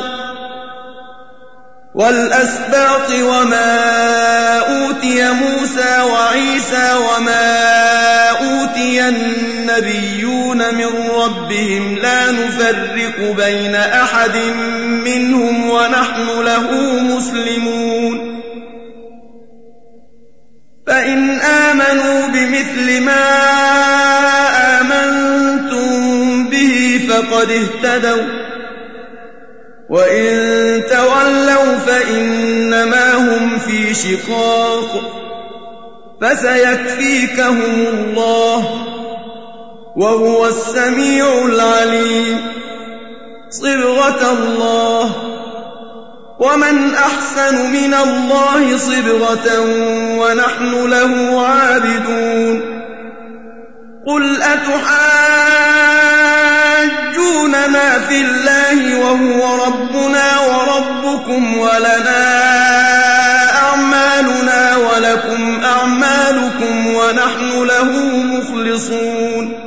والأسباط وما أوتي موسى وعيسى وما أوتي النبيون من ربهم لا نفرق بين أحد منهم ونحن له مسلمون. فإن آمنوا بمثل ما آمنتم به فقد اهتدوا وإن تولوا فإنما هم في شقاق فسيكفيكهم الله وهو السميع العليم. صبغة الله ومن أحسن من الله صبغة ونحن له عابدون. قل أتحاجوننا في الله وهو ربنا وربكم ولنا أعمالنا ولكم أعمالكم ونحن له مخلصون.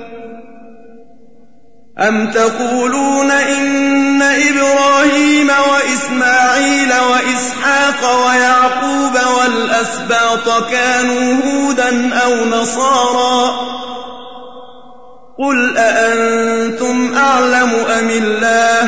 أم تقولون إن إبراهيم وإسماعيل وإسحاق ويعقوب والأسباط كانوا هودا أو نصارى قل أأنتم أعلم أم الله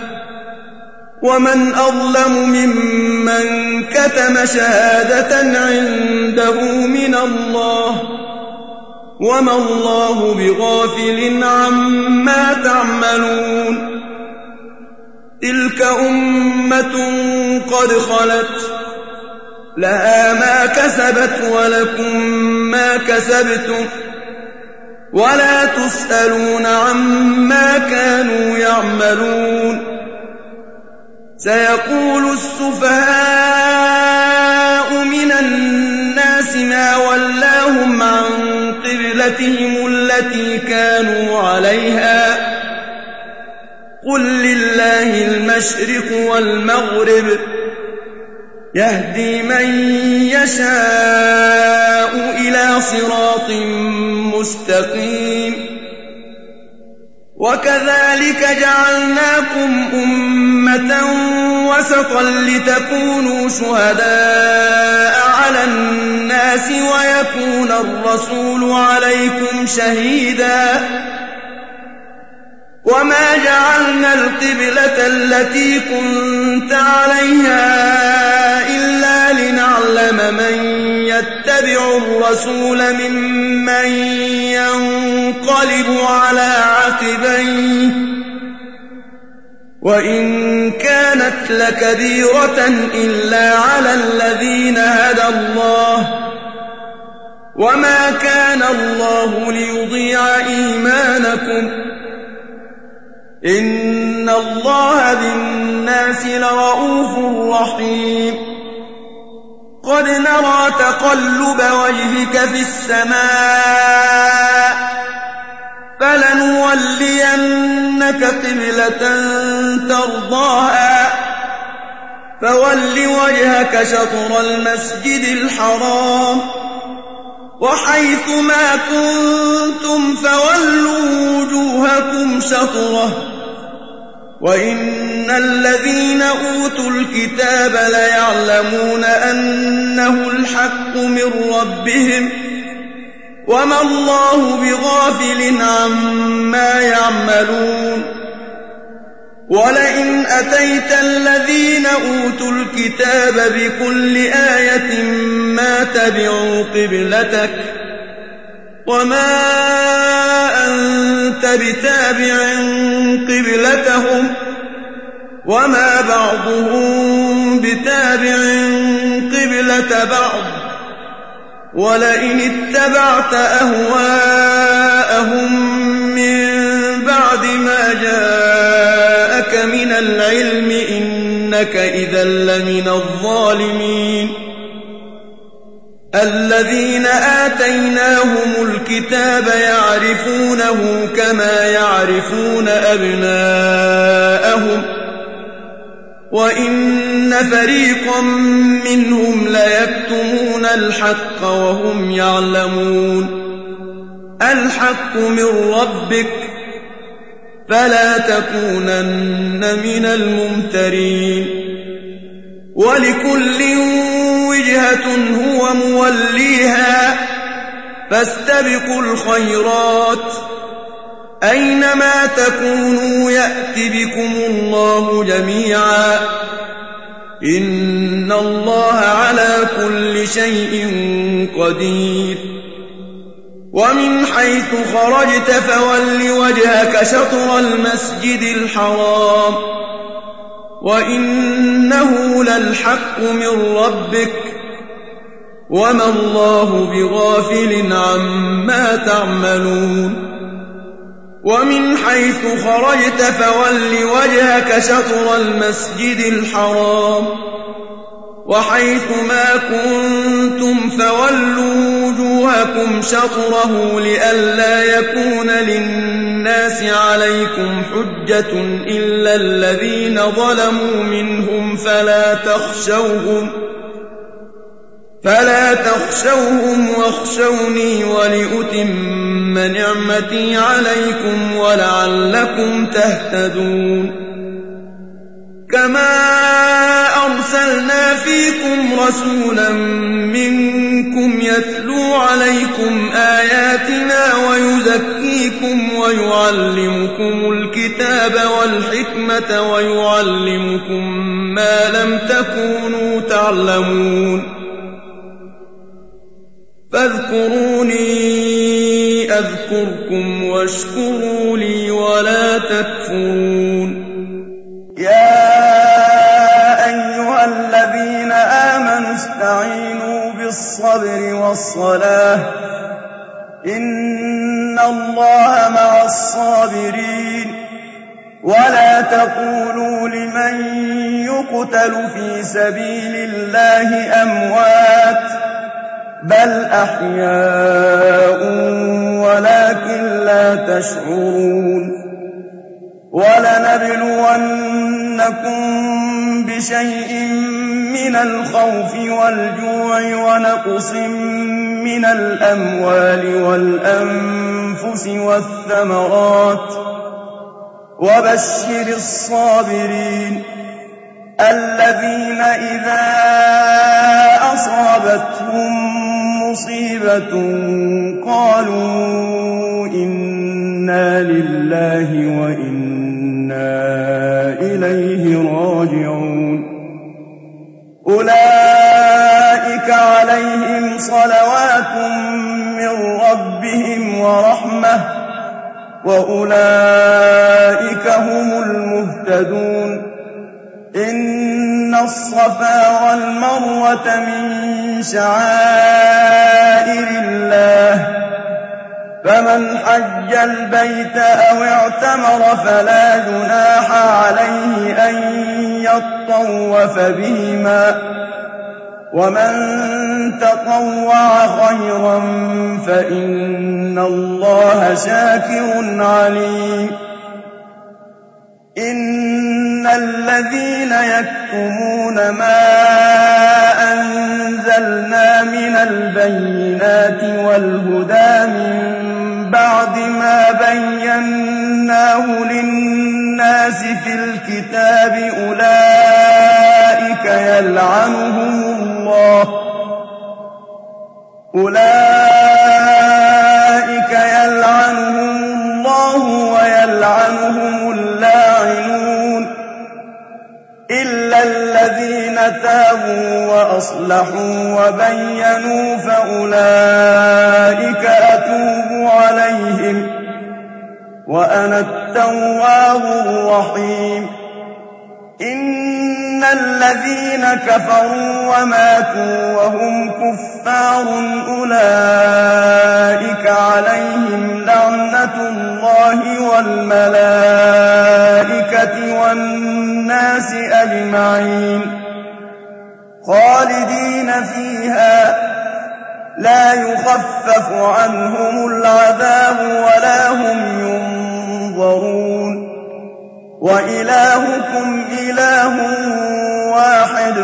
ومن أظلم ممن كتم شهادة عنده من الله وما الله بغافل عما تعملون. تلك أمة قد خلت لها ما كسبت ولكم ما كسبتم ولا تسألون عما كانوا يعملون. سيقول السفهاء من الناس ما ولاهم عن قبلتهم التي كانوا عليها قل لله المشرق والمغرب يهدي من يشاء إلى صراط مستقيم. وكذلك جعلناكم أمة وسطا لتكونوا شهداء على الناس ويكون الرسول عليكم شهيدا. وما جعلنا القبلة التي كنت عليها إلا لنعلم من يتبع الرسول ممن ينقلب على عقبيه وإن كانت لكبيرة إلا على الذين هدى الله وما كان الله ليضيع إيمانكم إن الله بالناس لرؤوف رحيم. قد نرى تقلب وجهك في السماء فلنولينك قبلة ترضاها فول وجهك شطر المسجد الحرام وحيث ما كنتم فولوا وجوهكم شطره وإن الذين أوتوا الكتاب ليعلمون أنه الحق من ربهم وما الله بغافل عما يعملون ولئن أتيت الذين أوتوا الكتاب بكل آية ما تبعوا قبلتك وما أنت بتابع قبلتهم وما بعضهم بتابع قبلة بعض ولئن اتبعت أهواءهم من بعد ما جاءك من العلم إنك إذا لمن الظالمين الذين آتيناهم الكتاب يعرفونه كما يعرفون أبناءهم وإن فريقا منهم ليكتمون الحق وهم يعلمون الحق من ربك فلا تكونن من الممترين ولكل وجهة هو موليها فاستبقوا الخيرات أينما تكونوا يأت بكم الله جميعا إن الله على كل شيء قدير ومن حيث خرجت فول وجهك شطر المسجد الحرام وإنه للحق من ربك وما الله بغافل عما تعملون ومن حيث خرجت فول وجهك شطر المسجد الحرام وحيث ما كنتم فولوا وجوهكم شطره لئلا يكون للناس عليكم حجة إلا الذين ظلموا منهم فلا تخشوهم فلا تخشوهم واخشوني ولأتم نعمتي عليكم ولعلكم تهتدون كما أرسلنا فيكم رسولا منكم يتلو عليكم آياتنا ويزكيكم ويعلمكم الكتاب والحكمة ويعلمكم ما لم تكونوا تعلمون فاذكروني أذكركم واشكروا لي ولا تكفرون يا أيها الذين آمنوا استعينوا بالصبر والصلاة إن الله مع الصابرين ولا تقولوا لمن يقتل في سبيل الله أموات بل أحياء ولكن لا تشعرون ولنبلونكم بشيء من الخوف والجوع ونقص من الأموال والأنفس والثمرات وبشر الصابرين الذين إذا أصابتهم مصيبة قالوا إنا لله وإنا إليه راجعون أولئك عليهم صلوات من ربهم ورحمة وأولئك هم المهتدون إن الصفا والمروة من شعائر الله فمن حج البيت أو اعتمر فلا جناح عليه أن يطوف بهما ومن تطوع خيرا فإن إِنَّ اللَّهَ شَاكِرٌ عَلِيمٌ إِنَّ الَّذِينَ يَكْتُمُونَ مَا أَنزَلْنَا مِنَ الْبَيِّنَاتِ وَالْهُدَىٰ مِن بَعْدِ مَا بَيَّنَّاهُ لِلنَّاسِ فِي الْكِتَابِ أُولَٰئِكَ يَلْعَنُهُمُ اللَّهُ أُولَٰئِكَ يَلْعَنُهُمُ اللَّهُ وَيَلْعَنُهُمُ اللَّاعِنُونَ إِلَّا الَّذِينَ تَابُوا وَأَصْلَحُوا وَبَيَّنُوا فَأُولَٰئِكَ أَتُوبُ عَلَيْهِمْ وَأَنَا التَّوَّابُ الرَّحِيمُ إِنَّ الَّذِينَ كَفَرُوا وَمَاتُوا وَهُمْ كُفَّارٌ أُولَٰئِكَ عَلَيْهِمْ لَعْنَةُ اللَّهِ وَالْمَلَائِكَةِ وَالنَّاسِ أَجْمَعِينَ خَالِدِينَ فِيهَا لَا يُخَفَّفُ عَنْهُمُ الْعَذَابُ وَلَا هُمْ يُنظَرُونَ وَإِلَٰهُكُمْ إِلَٰهٌ وَاحِدٌ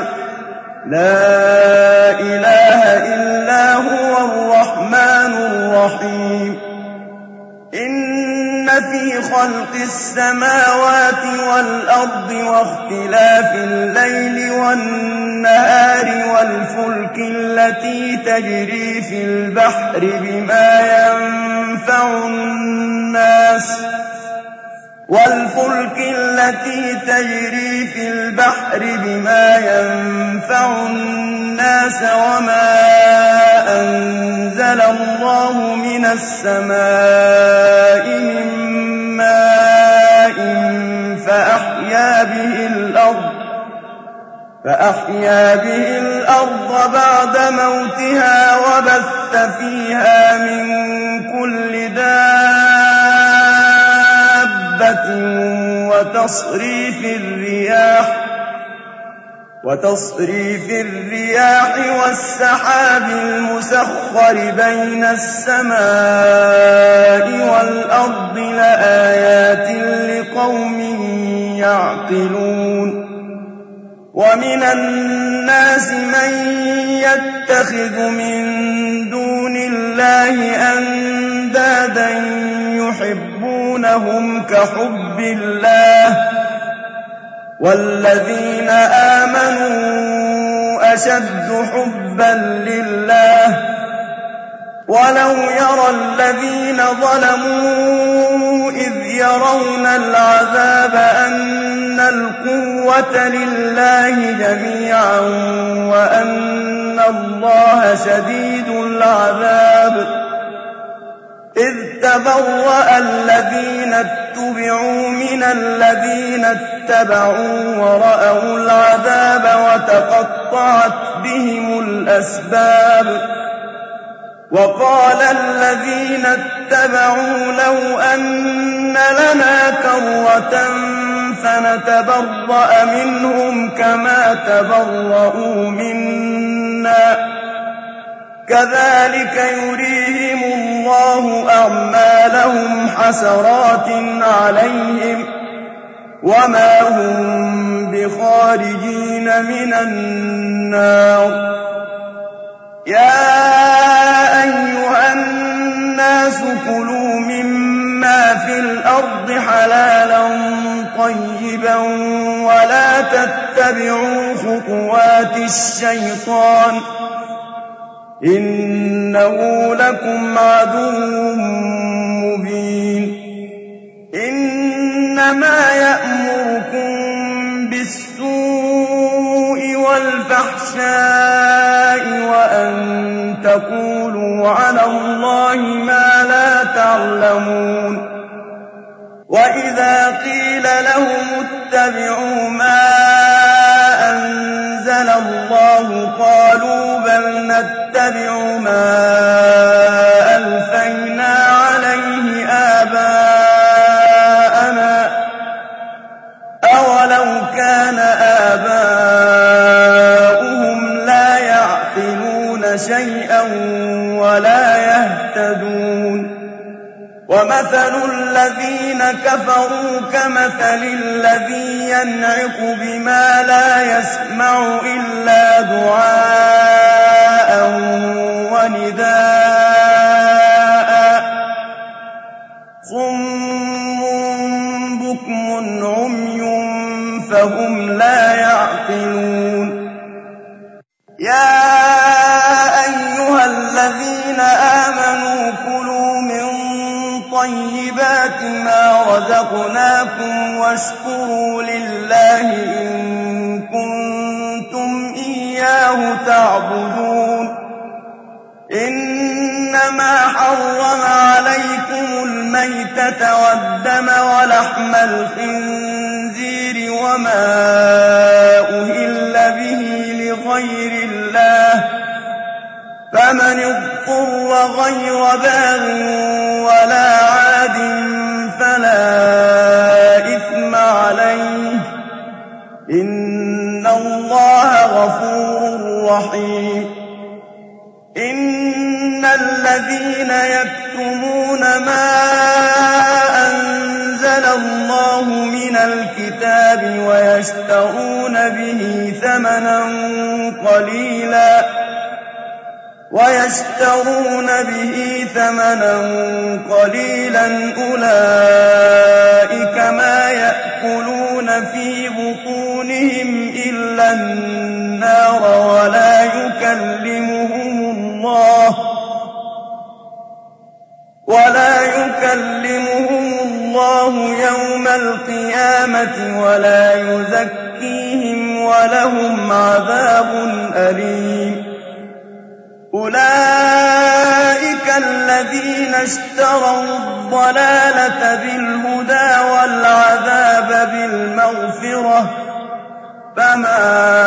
لَّا إِلَٰهَ إِلَّا هُوَ الرَّحْمَٰنُ الرَّحِيمُ إِنَّ فِي خَلْقِ السَّمَاوَاتِ وَالْأَرْضِ وَاخْتِلَافِ اللَّيْلِ وَالنَّهَارِ وَالْفُلْكِ الَّتِي تَجْرِي فِي الْبَحْرِ بِمَا يَنفَعُ النَّاسَ وَالْفُلْكِ الَّتِي تَجْرِي فِي الْبَحْرِ بِمَا يَنفَعُ النَّاسَ وَمَا أَنزَلَ اللَّهُ مِنَ السَّمَاءِ مِن مَّاءٍ فَأَحْيَا بِهِ الْأَرْضَ فَأَحْيَا بِهِ الْأَرْضَ بَعْدَ مَوْتِهَا وَبَثَّ فِيهَا مِن كُلِّ دَابَّةٍ وَتَصْرِيفِ الرِّيَاحِ وَتَصْرِيفِ الرِّيَاحِ وَالسَّحَابِ الْمُسَخَّرِ بَيْنَ السَّمَاءِ وَالْأَرْضِ لَآيَاتٍ لِّقَوْمٍ يَعْقِلُونَ وَمِنَ النَّاسِ مَن يَتَّخِذُ مِن دُونِ اللَّهِ أَندَادًا يُحِبُّونَهُمْ كَحُبِّ اللَّهِ وَالَّذِينَ آمَنُوا أَشَدُّ حُبًّا لِّلَّهِ وَلَوْ يَرَى الَّذِينَ ظَلَمُوا إِذْ يَرَوْنَ الْعَذَابَ أَنَّ الْقُوَّةَ لِلَّهِ جَمِيعًا وَأَنَّ اللَّهَ شَدِيدُ الْعَذَابِ إِذْ تَبَرَّأَ الَّذِينَ اتُّبِعُوا مِنَ الَّذِينَ اتَّبَعُوا وَرَأَوُا الْعَذَابَ وَتَقَطَّعَتْ بِهِمُ الْأَسْبَابُ وَقَالَ الَّذِينَ اتَّبَعُوا لَوْ أَنَّ لَنَا كَرَّةً فَنَتَبَرَّأَ مِنْهُمْ كَمَا تَبَرَّءُوا مِنَّا كَذَٰلِكَ يُرِيهِمُ اللَّهُ أَعْمَالَهُمْ حَسَرَاتٍ عَلَيْهِمْ وَمَا هُم بِخَارِجِينَ مِنَ النَّارِ يَا أَيُّهَا النَّاسُ كُلُوا مِمَّا فِي الْأَرْضِ حَلَالًا طَيِّبًا وَلَا تَتَّبِعُوا خُطُوَاتِ الشَّيْطَانِ ۚ إِنَّهُ لَكُمْ عَدُوٌّ مُّبِينٌ إِنَّمَا يَأْمُرُكُم بِالسُّوءِ وَالْفَحْشَاءِ وَأَن تَقُولُوا عَلَى اللَّهِ مَا لَا تَعْلَمُونَ وَإِذَا قِيلَ لَهُمُ اتَّبِعُوا مَا أَنزَلَ اللَّهُ قَالُوا بَلْ نَتَّبِعُ مَا أَلْفَيْنَا عَلَيْهِ آبَاءَنَا ۚ أَوَلَوْ كَانَ آبَاؤُهُمْ لَا يَعْقِلُونَ شَيْئًا وَلَا يَهْتَدُونَ وَمَثَلُ الَّذِينَ كَفَرُوا كَمَثَلِ الَّذِي يَنْعِقُ بِمَا لَا يَسْمَعُ إِلَّا دُعَاءً وَنِدَاءً صُمٌّ بُكْمٌ عُمْيٌ فَهُمْ لَا يَعْقِلُونَ يَا أَيُّهَا الَّذِينَ آمَنُوا كُلُوا مِن طَيِّبَاتِ مَا رَزَقْنَاكُمْ وَاشْكُرُوا لِلَّهِ إِن كُنتُمْ إِيَّاهُ تَعْبُدُونَ إِنَّمَا حَرَّمَ عَلَيْكُمُ الْمَيْتَةَ وَالدَّمَ وَلَحْمَ الْخِنزِيرِ وَمَا أُهِلَّ بِهِ لِغَيْرِ اللَّهِ ۖ فَمَنِ اضْطُرَّ غَيْرَ بَاغٍ وَلَا عَادٍ فَلَا إِثْمَ عَلَيْهِ ۚ إِنَّ اللَّهَ غَفُورٌ رَّحِيمٌ إِنَّ الَّذِينَ يَكْتُمُونَ مَا أَنزَلَ اللَّهُ مِنَ الْكِتَابِ وَيَشْتَرُونَ بِهِ ثَمَنًا قَلِيلًا وَيَشْتَرُونَ بِهِ ثَمَنًا قَلِيلًا أُولَٰئِكَ مَا يَأْكُلُونَ فِي بُطُونِهِمْ إِلَّا النَّارَ وَلَا يُكَلِّمُهُمُ اللَّهُ وَلَا يُكَلِّمُهُمُ اللَّهُ يَوْمَ الْقِيَامَةِ وَلَا يُزَكِّيهِمْ وَلَهُمْ عَذَابٌ أَلِيمٌ أُولَٰئِكَ الَّذِينَ اشْتَرَوُا الضَّلَالَةَ بِالْهُدَىٰ وَالْعَذَابَ بِالْمَغْفِرَةِ ۚ فَمَا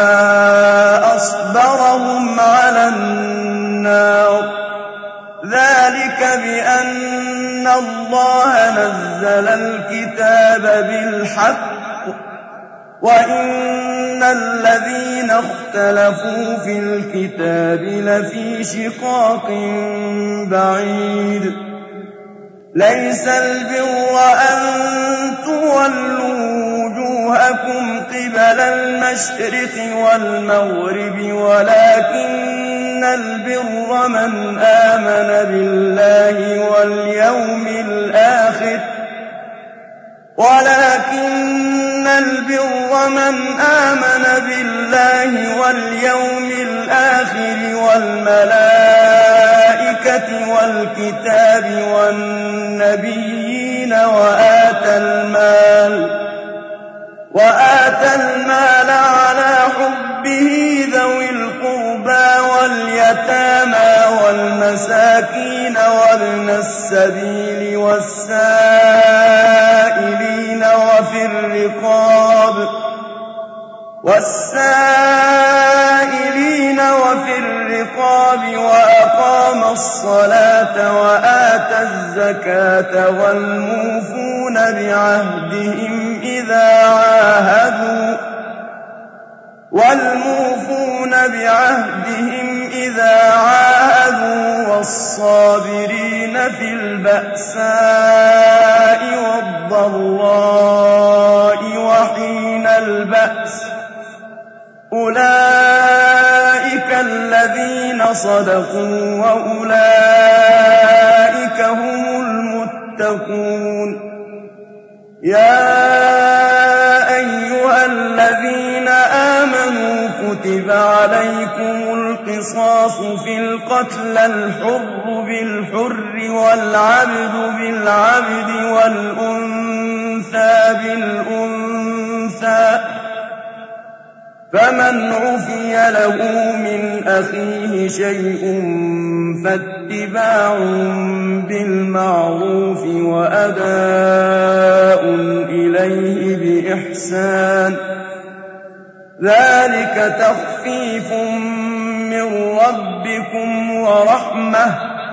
أَصْبَرَهُمْ عَلَى النَّارِ ۚ ذَٰلِكَ بِأَنَّ اللَّهَ نَزَّلَ الْكِتَابَ بِالْحَقِّ وَإِنَّ الَّذِينَ اخْتَلَفُوا فِي الْكِتَابِ لَفِي شِقَاقٍ بَعِيدٍ لَيْسَ الْبِرَّ أَن تُوَلُّوا وُجُوهَكُمْ قِبَلَ الْمَشْرِقِ وَالْمَغْرِبِ وَلَٰكِنَّ الْبِرَّ مَنْ آمَنَ بِاللَّهِ وَالْيَوْمِ الْآخِرِ ولكن البر من آمن بالله واليوم الآخر والملائكة والكتاب والنبيين وآتى المال وآتى المال على حبه ذوي القربى واليتامى والمساكين وابن السبيل والسائلين وفي الرقاب والسائلين وفي الرقاب وأقام الصلاة وآتى الزكاة والموفون بعهدهم إذا عاهدوا والموفون بعهدهم إذا عاهدوا والصابرين في البأساء والضراء وحين البأس أولئك الذين صدقوا وأولئك هم المتقون يا أيها الذين آمنوا كتب عليكم القصاص في القتلى الحر بالحر والعبد بالعبد والأنثى بالأنثى فمن عفي له من أخيه شيء فاتباع بالمعروف وأداء إليه بإحسان ذلك تخفيف من ربكم ورحمة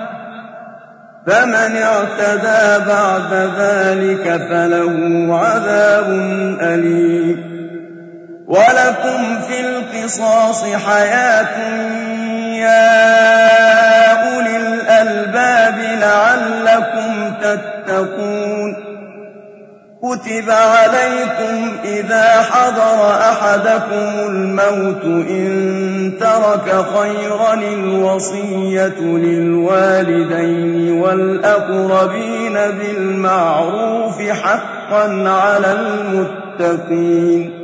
فمن اعتدى بعد ذلك فله عذاب أليم ولكم في القصاص حياة يا أولي الألباب الْأَلْبَابِ لَعَلَّكُمْ تَتَّقُونَ كُتِبَ عَلَيْكُمْ إِذَا حَضَرَ أَحَدَكُمُ الْمَوْتُ إِن تَرَكَ خَيْرًا الْوَصِيَّةُ لِلْوَالِدَيْنِ وَالْأَقْرَبِينَ بِالْمَعْرُوفِ حَقًّا عَلَى الْمُتَّقِينَ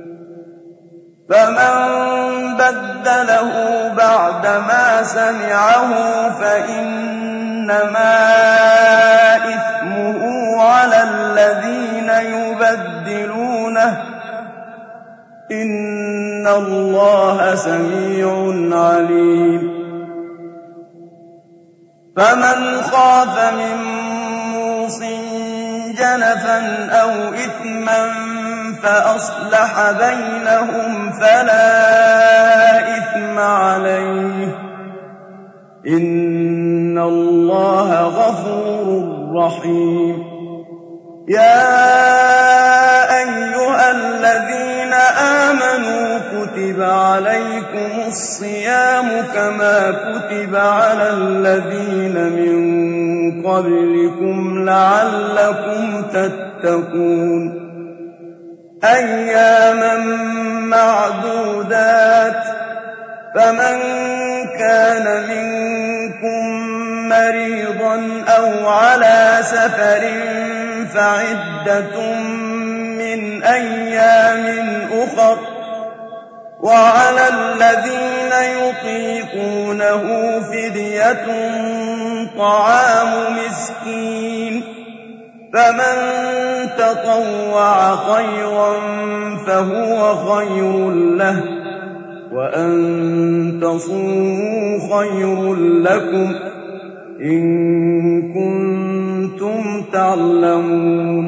فَمَن بَدَّلَهُ بَعْدَمَا سَمِعَهُ فَإِنَّمَا إِثْمُهُ عَلَى الَّذِينَ يُبَدِّلُونَهُ ۚ إِنَّ اللَّهَ سَمِيعٌ عَلِيمٌ فَمَنْ خَافَ مِن مُّوصٍ جَنَفًا أَوْ إِثْمًا فَأَصْلَحَ بَيْنَهُمْ فَلَا إِثْمَ عَلَيْهِ ۚ إِنَّ اللَّهَ غَفُورٌ رَّحِيمٌ يَا أَيُّهَا الَّذِينَ آمَنُوا كُتِبَ عَلَيْكُمُ الصِّيَامُ كَمَا كُتِبَ عَلَى الَّذِينَ مِن قَبْلِكُمْ لَعَلَّكُمْ تَتَّقُونَ أَيَّامًا مَّعْدُودَاتٍ ۚ فَمَن كَانَ مِنكُم مَّرِيضًا أَوْ عَلَىٰ سَفَرٍ فَعِدَّةٌ مِّنْ أَيَّامٍ أُخَرَ ۚ وَعَلَى الَّذِينَ يُطِيقُونَهُ فِدْيَةٌ طَعَامُ مِسْكِينٍ ۖ فَمَن تَطَوَّعَ خَيْرًا فَهُوَ خَيْرٌ لَّهُ ۚ وَأَن تَصُومُوا خَيْرٌ لَّكُمْ إِن كُنتُمْ تَعْلَمُونَ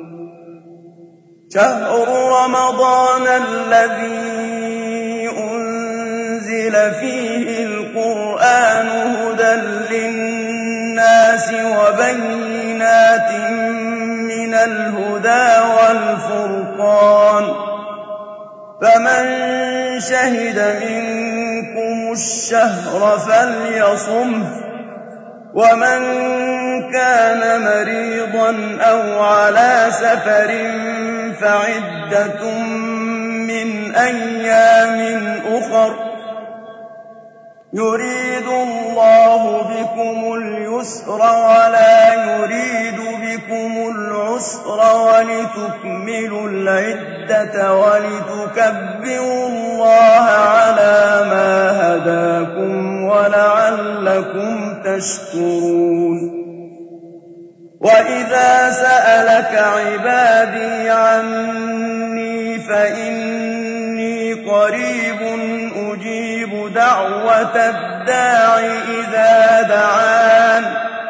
شَهْرُ رَمَضَانَ الَّذِي أُنزِلَ فِيهِ الْقُرْآنُ هُدًى لِّلنَّاسِ وَبَيِّنَاتٍ مِّنَ الْهُدَىٰ وَالْفُرْقَانِ ۚ فَمَن شَهِدَ مِنكُمُ الشَّهْرَ فَلْيَصُمْهُ ۖ وَمَن كَانَ مَرِيضًا أَوْ عَلَىٰ سَفَرٍ فَعِدَّةٌ مِّنْ أَيَّامٍ أُخَرَ ۚ يُرِيدُ اللَّهُ بِكُمُ الْيُسْرَ وَلَا يُرِيدُ بِكُمُ الْعُسْرَ وَلِتُكْمِلُوا الْعِدَّةَ وَلِتُكَبِّرُوا اللَّهَ عَلَىٰ مَا هَدَاكُمْ وَلَعَلَّكُمْ تَشْكُرُونَ وَإِذَا سَأَلَكَ عِبَادِي عَنِّي فَإِنِّي قَرِيبٌ أُجِيبُ دَعْوَةَ الدَّاعِ إِذَا دَعَانِ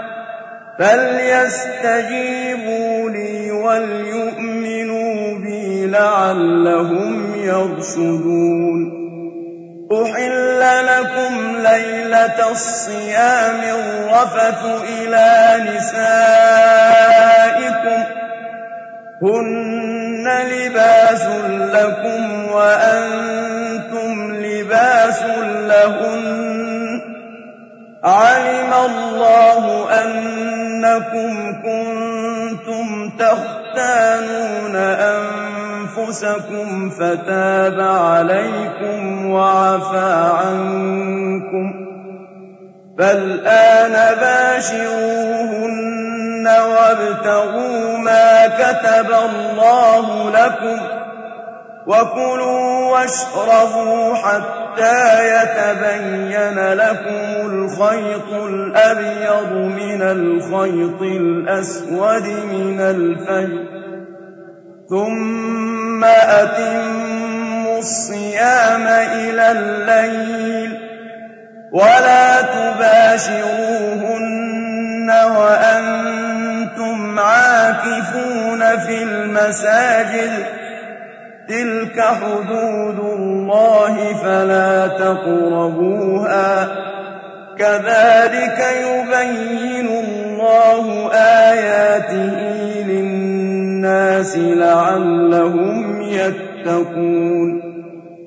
فَلْيَسْتَجِيبُوا لِي وَلْيُؤْمِنُوا بِي لَعَلَّهُمْ يَرْشُدُونَ أُحِلَّ لَكُمْ لَيْلَةَ الصِّيَامِ الرَّفَثُ إِلَىٰ نِسَائِكُمْ ۚ هُنَّ لِبَاسٌ لَّكُمْ وَأَنتُمْ لِبَاسٌ لَّهُنَّ ۗ عَلِمَ اللَّهُ أَنَّكُمْ كُنتُمْ تَخْتَانُونَ أَنفُسَكُمْ فَتَابَ عَلَيْكُمْ وَعَفَا عَنكُمْ ۖ فَالْآنَ بَاشِرُوهُنَّ وَابْتَغُوا مَا كَتَبَ اللَّهُ لَكُمْ ۚ وَكُلُوا وَاشْرَبُوا حَتَّىٰ يَتَبَيَّنَ لَكُمُ الْخَيْطُ الْأَبْيَضُ مِنَ الْخَيْطِ الْأَسْوَدِ مِنَ الْفَجْرِ ۖ ثُمَّ أَتِمُّوا الصِّيَامَ إِلَى اللَّيْلِ ۚ وَلَا تُبَاشِرُوهُنَّ وَأَنتُمْ عَاكِفُونَ فِي الْمَسَاجِدِ ۗ تِلْكَ حُدُودُ اللَّهِ فَلَا تَقْرَبُوهَا ۗ كَذَٰلِكَ يُبَيِّنُ اللَّهُ آيَاتِهِ لِلنَّاسِ لَعَلَّهُمْ يَتَّقُونَ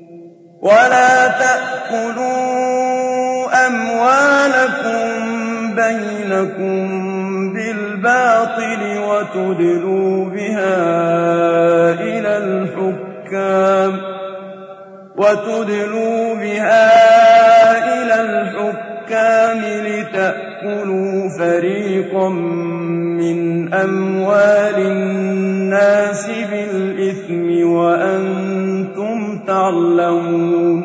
وَلَا تَأْكُلُوا أَمْوَالَكُم بَيْنَكُم بِالْبَاطِلِ وَتُدْلُوا بِهَا إِلَى الْحُكَّامِ وَتُدْلُوا بِهَا إِلَى الْحُكَّامِ لِتَأْكُلُوا فَرِيقًا مِّنْ أَمْوَالِ النَّاسِ بِالْإِثْمِ وَأَنتُمْ تَعْلَمُونَ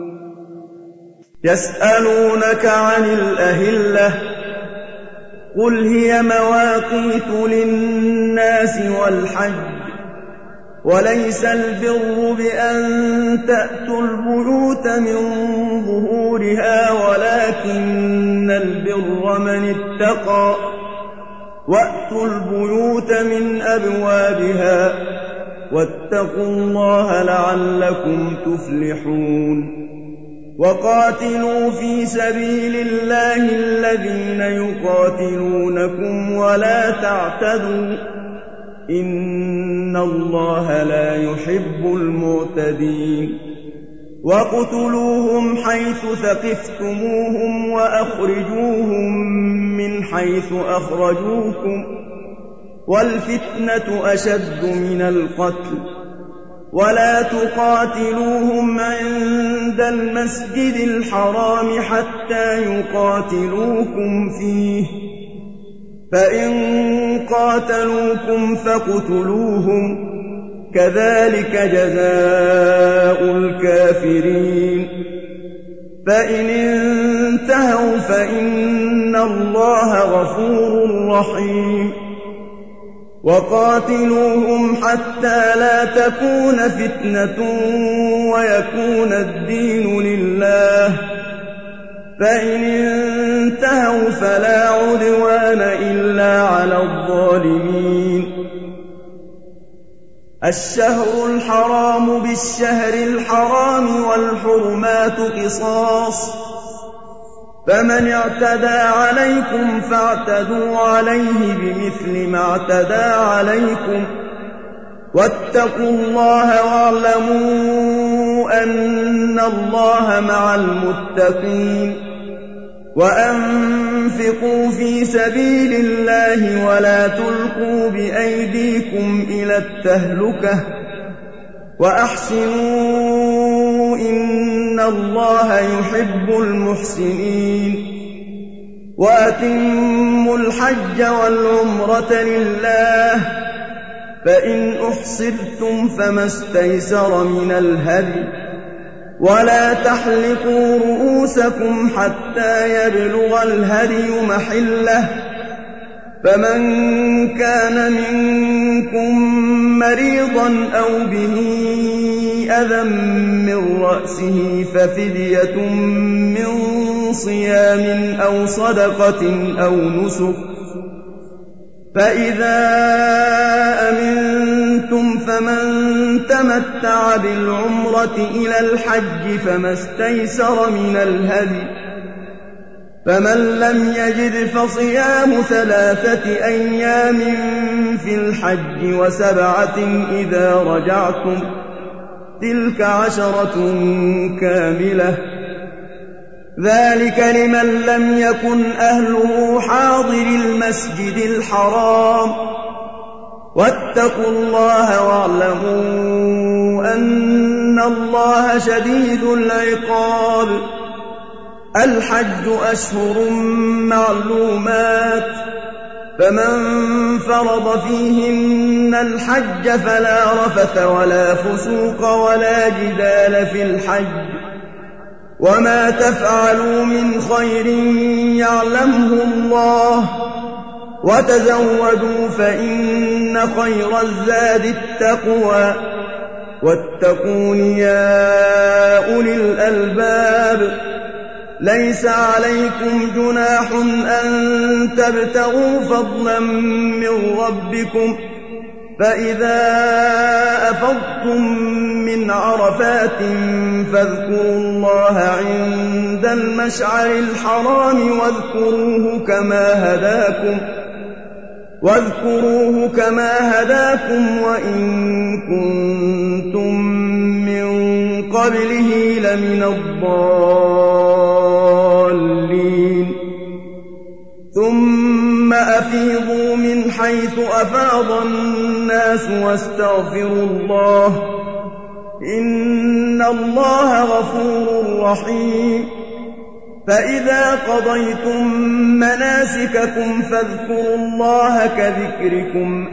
يَسْأَلُونَكَ عَنِ الْأَهِلَّةِ قُلْ هِيَ مَوَاقِيتُ لِلنَّاسِ وَالْحَجِّ وَلَيْسَ الْبِرُّ بِأَن تَأْتُوا الْبُيُوتَ مِن ظُهُورِهَا وَلَٰكِنَّ الْبِرَّ مَنِ اتَّقَىٰ وَأْتُوا الْبُيُوتَ مِنْ أَبْوَابِهَا وَاتَّقُوا اللَّهَ لَعَلَّكُمْ تُفْلِحُونَ وَقَاتِلُوا فِي سَبِيلِ اللَّهِ الَّذِينَ يُقَاتِلُونَكُمْ وَلَا تَعْتَدُوا إِنَّ اللَّهَ لَا يُحِبُّ الْمُعْتَدِينَ وَاقْتُلُوهُمْ حَيْثُ ثَقِفْتُمُوهُمْ وَأَخْرِجُوهُم مِّنْ حَيْثُ أَخْرَجُوكُمْ وَالْفِتْنَةُ أَشَدُّ مِنَ الْقَتْلِ وَلَا تُقَاتِلُوهُمْ عِندَ الْمَسْجِدِ الْحَرَامِ حَتَّىٰ يُقَاتِلُوكُمْ فِيهِ ۖ فَإِن قَاتَلُوكُمْ فَاقْتُلُوهُمْ ۗ كَذَٰلِكَ جَزَاءُ الْكَافِرِينَ فَإِنِ انتَهَوْا فَإِنَّ اللَّهَ غَفُورٌ رَّحِيمٌ وَقَاتِلُوهُمْ حَتَّىٰ لَا تَكُونَ فِتْنَةٌ وَيَكُونَ الدِّينُ لِلَّهِ ۖ فَإِنِ انتَهَوْا فَلَا عُدْوَانَ إِلَّا عَلَى الظَّالِمِينَ الشَّهْرُ الْحَرَامُ بِالشَّهْرِ الْحَرَامِ وَالْحُرُمَاتُ قِصَاصٌ ۚ فَمَنِ اعْتَدَىٰ عَلَيْكُمْ فَاعْتَدُوا عَلَيْهِ بِمِثْلِ مَا اعْتَدَىٰ عَلَيْكُمْ ۚ وَاتَّقُوا اللَّهَ وَاعْلَمُوا أَنَّ اللَّهَ مَعَ الْمُتَّقِينَ وَأَنفِقُوا فِي سَبِيلِ اللَّهِ وَلَا تُلْقُوا بِأَيْدِيكُمْ إِلَى التَّهْلُكَةِ وَأَحْسِنُوا إِنَّ اللَّهَ يُحِبُّ الْمُحْسِنِينَ وَأَتِمُّوا الْحَجَّ وَالْعُمْرَةَ لِلَّهِ ۚ فَإِنْ أُحْصِرْتُمْ فَمَا اسْتَيْسَرَ مِنَ الْهَدْيِ ۖ وَلَا تَحْلِقُوا رُءُوسَكُمْ حَتَّىٰ يَبْلُغَ الْهَدْيُ مَحِلَّهُ ۚ فَمَن كَانَ مِنكُم مَّرِيضًا أَوْ بِهِ أَذًى مِّن رَّأْسِهِ فَفِدْيَةٌ مِّن صِيَامٍ أَوْ صَدَقَةٍ أَوْ نُسُكٍ ۚ فَإِذَا أَمِنتُمْ فَمَن تَمَتَّعَ بِالْعُمْرَةِ إِلَى الْحَجِّ فَمَا اسْتَيْسَرَ مِنَ الْهَدْيِ ۚ فَمَن لَّمْ يَجِدْ فَصِيَامُ ثَلَاثَةِ أَيَّامٍ فِي الْحَجِّ وَسَبْعَةٍ إِذَا رَجَعْتُمْ ۗ تِلْكَ عَشَرَةٌ كَامِلَةٌ ۗ ذَٰلِكَ لِمَن لَّمْ يَكُنْ أَهْلُهُ حَاضِرِي الْمَسْجِدِ الْحَرَامِ ۚ وَاتَّقُوا اللَّهَ وَاعْلَمُوا أَنَّ اللَّهَ شَدِيدُ الْعِقَابِ الْحَجُّ أَشْهُرٌ مَّعْلُومَاتٌ ۚ فَمَن فَرَضَ فِيهِنَّ الْحَجَّ فَلَا رَفَثَ وَلَا فُسُوقَ وَلَا جِدَالَ فِي الْحَجِّ ۗ وَمَا تَفْعَلُوا مِنْ خَيْرٍ يَعْلَمْهُ اللَّهُ ۗ وَتَزَوَّدُوا فَإِنَّ خَيْرَ الزَّادِ التَّقْوَىٰ ۚ وَاتَّقُونِ يَا أُولِي الْأَلْبَابِ لَيْسَ عَلَيْكُمْ جُنَاحٌ أَن تَبْتَغُوا فَضْلًا مِّن رَّبِّكُمْ ۚ فَإِذَا أَفَضْتُم مِّنْ عَرَفَاتٍ فَاذْكُرُوا اللَّهَ عِندَ الْمَشْعَرِ الْحَرَامِ وَاذْكُرُوهُ كَمَا هَدَاكُمْ واذكروه كما هداكم وإن كنتم من قبله لمن الضالين ثم أفيضوا من حيث أفاض الناس واستغفروا الله إن الله غفور رحيم فإذا قضيتم مناسككم فاذكروا الله كذكركم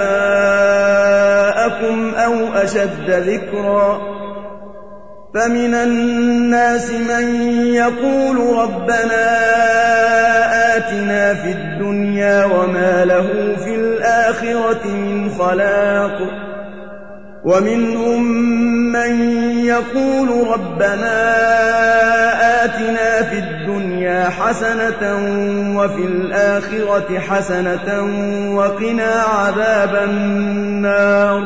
آباءكم أو أشد ذكرا فمن الناس من يقول ربنا آتنا في الدنيا وما له في الآخرة من خلاق ومنهم من يقول ربنا آتنا في الدنيا حسنة وفي الآخرة حسنة وقنا عذاب النار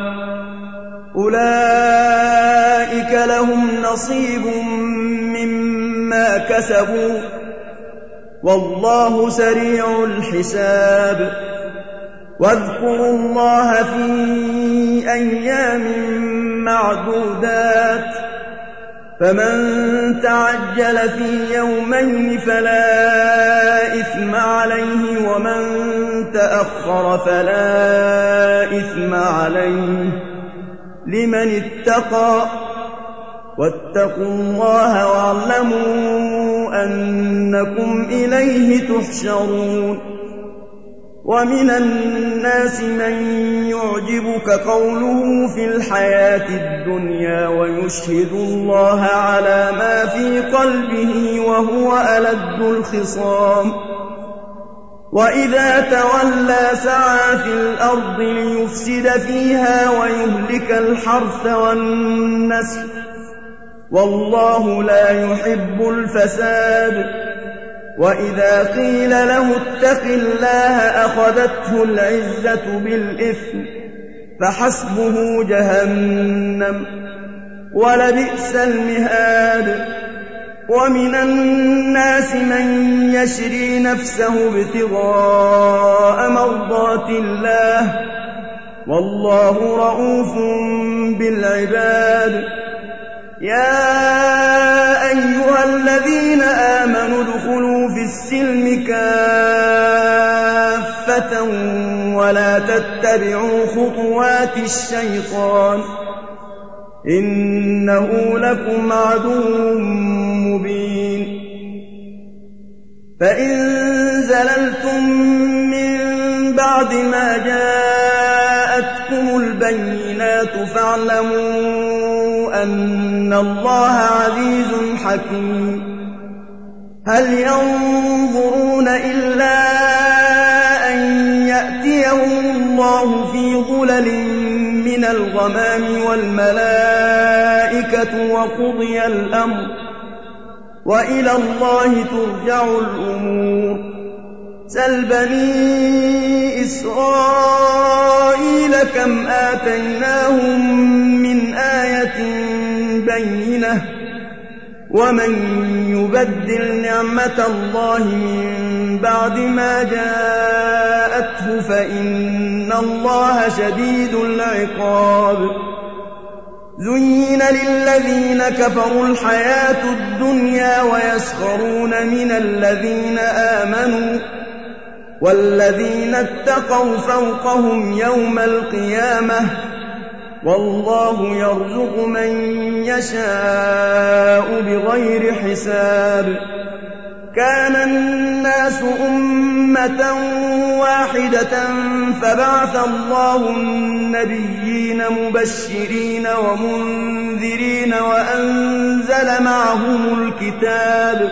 أولئك لهم نصيب مما كسبوا والله سريع الحساب واذكروا الله في أيام معدودات فمن تعجل في يومين فلا إثم عليه ومن تأخر فلا إثم عليه لمن اتقى واتقوا الله واعلموا أنكم إليه تحشرون ومن الناس من يعجبك قوله في الحياة الدنيا ويشهد الله على ما في قلبه وهو ألد الخصام وإذا تولى سعى في الأرض ليفسد فيها ويهلك الحرث والنسل والله لا يحب الفساد وإذا قيل له اتق الله أخذته العزة بالإثم فحسبه جهنم ولبئس المهاد ومن الناس من يشري نفسه ابتغاء مرضات الله والله رؤوف بالعباد يا أيها الذين آمنوا ادخلوا في السلم كافة ولا تتبعوا خطوات الشيطان إنه لكم عدو مبين فإن زللتم من بعد ما جاءتكم البينات فاعلموا أن الله عزيز حكيم هل ينظرون إلا أن يأتيهم الله في ظلل من الغمام والملائكة وقضي الأمر وإلى الله ترجع الأمور سل بني إسرائيل كم آتيناهم من آية بينة ومن يبدل نعمة الله من بعد ما جاءته فإن الله شديد العقاب زين للذين كفروا الحياة الدنيا ويسخرون من الذين آمنوا والذين اتقوا فوقهم يوم القيامة والله يرزق من يشاء بغير حساب كان الناس أمة واحدة فبعث الله النبيين مبشرين ومنذرين وأنزل معهم الكتاب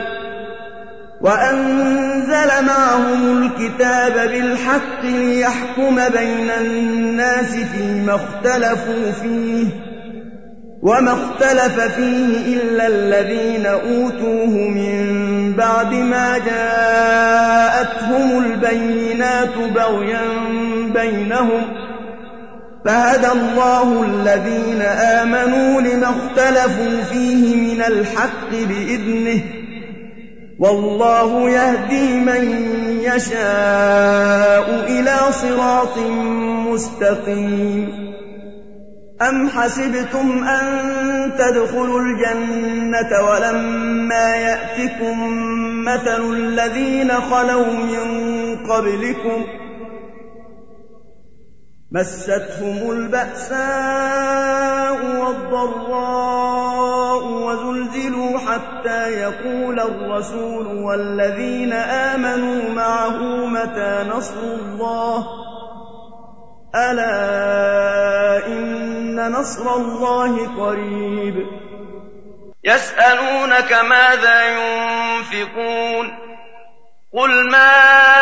وأنزل معهم الكتاب بالحق ليحكم بين الناس فيما اختلفوا فيه وما اختلف فيه إلا الذين أوتوه من بعد ما جاءتهم البينات بغيا بينهم فهدى الله الذين آمنوا لما اختلفوا فيه من الحق بإذنه والله يهدي من يشاء إلى صراط مستقيم أم حسبتم أن تدخلوا الجنة ولما يأتكم مثل الذين خلوا من قبلكم مستهم البأساء والضراء وزلزلوا حتى يقول الرسول والذين آمنوا معه متى نصر الله ألا إن نصر الله قريب يسألونك ماذا ينفقون قل ما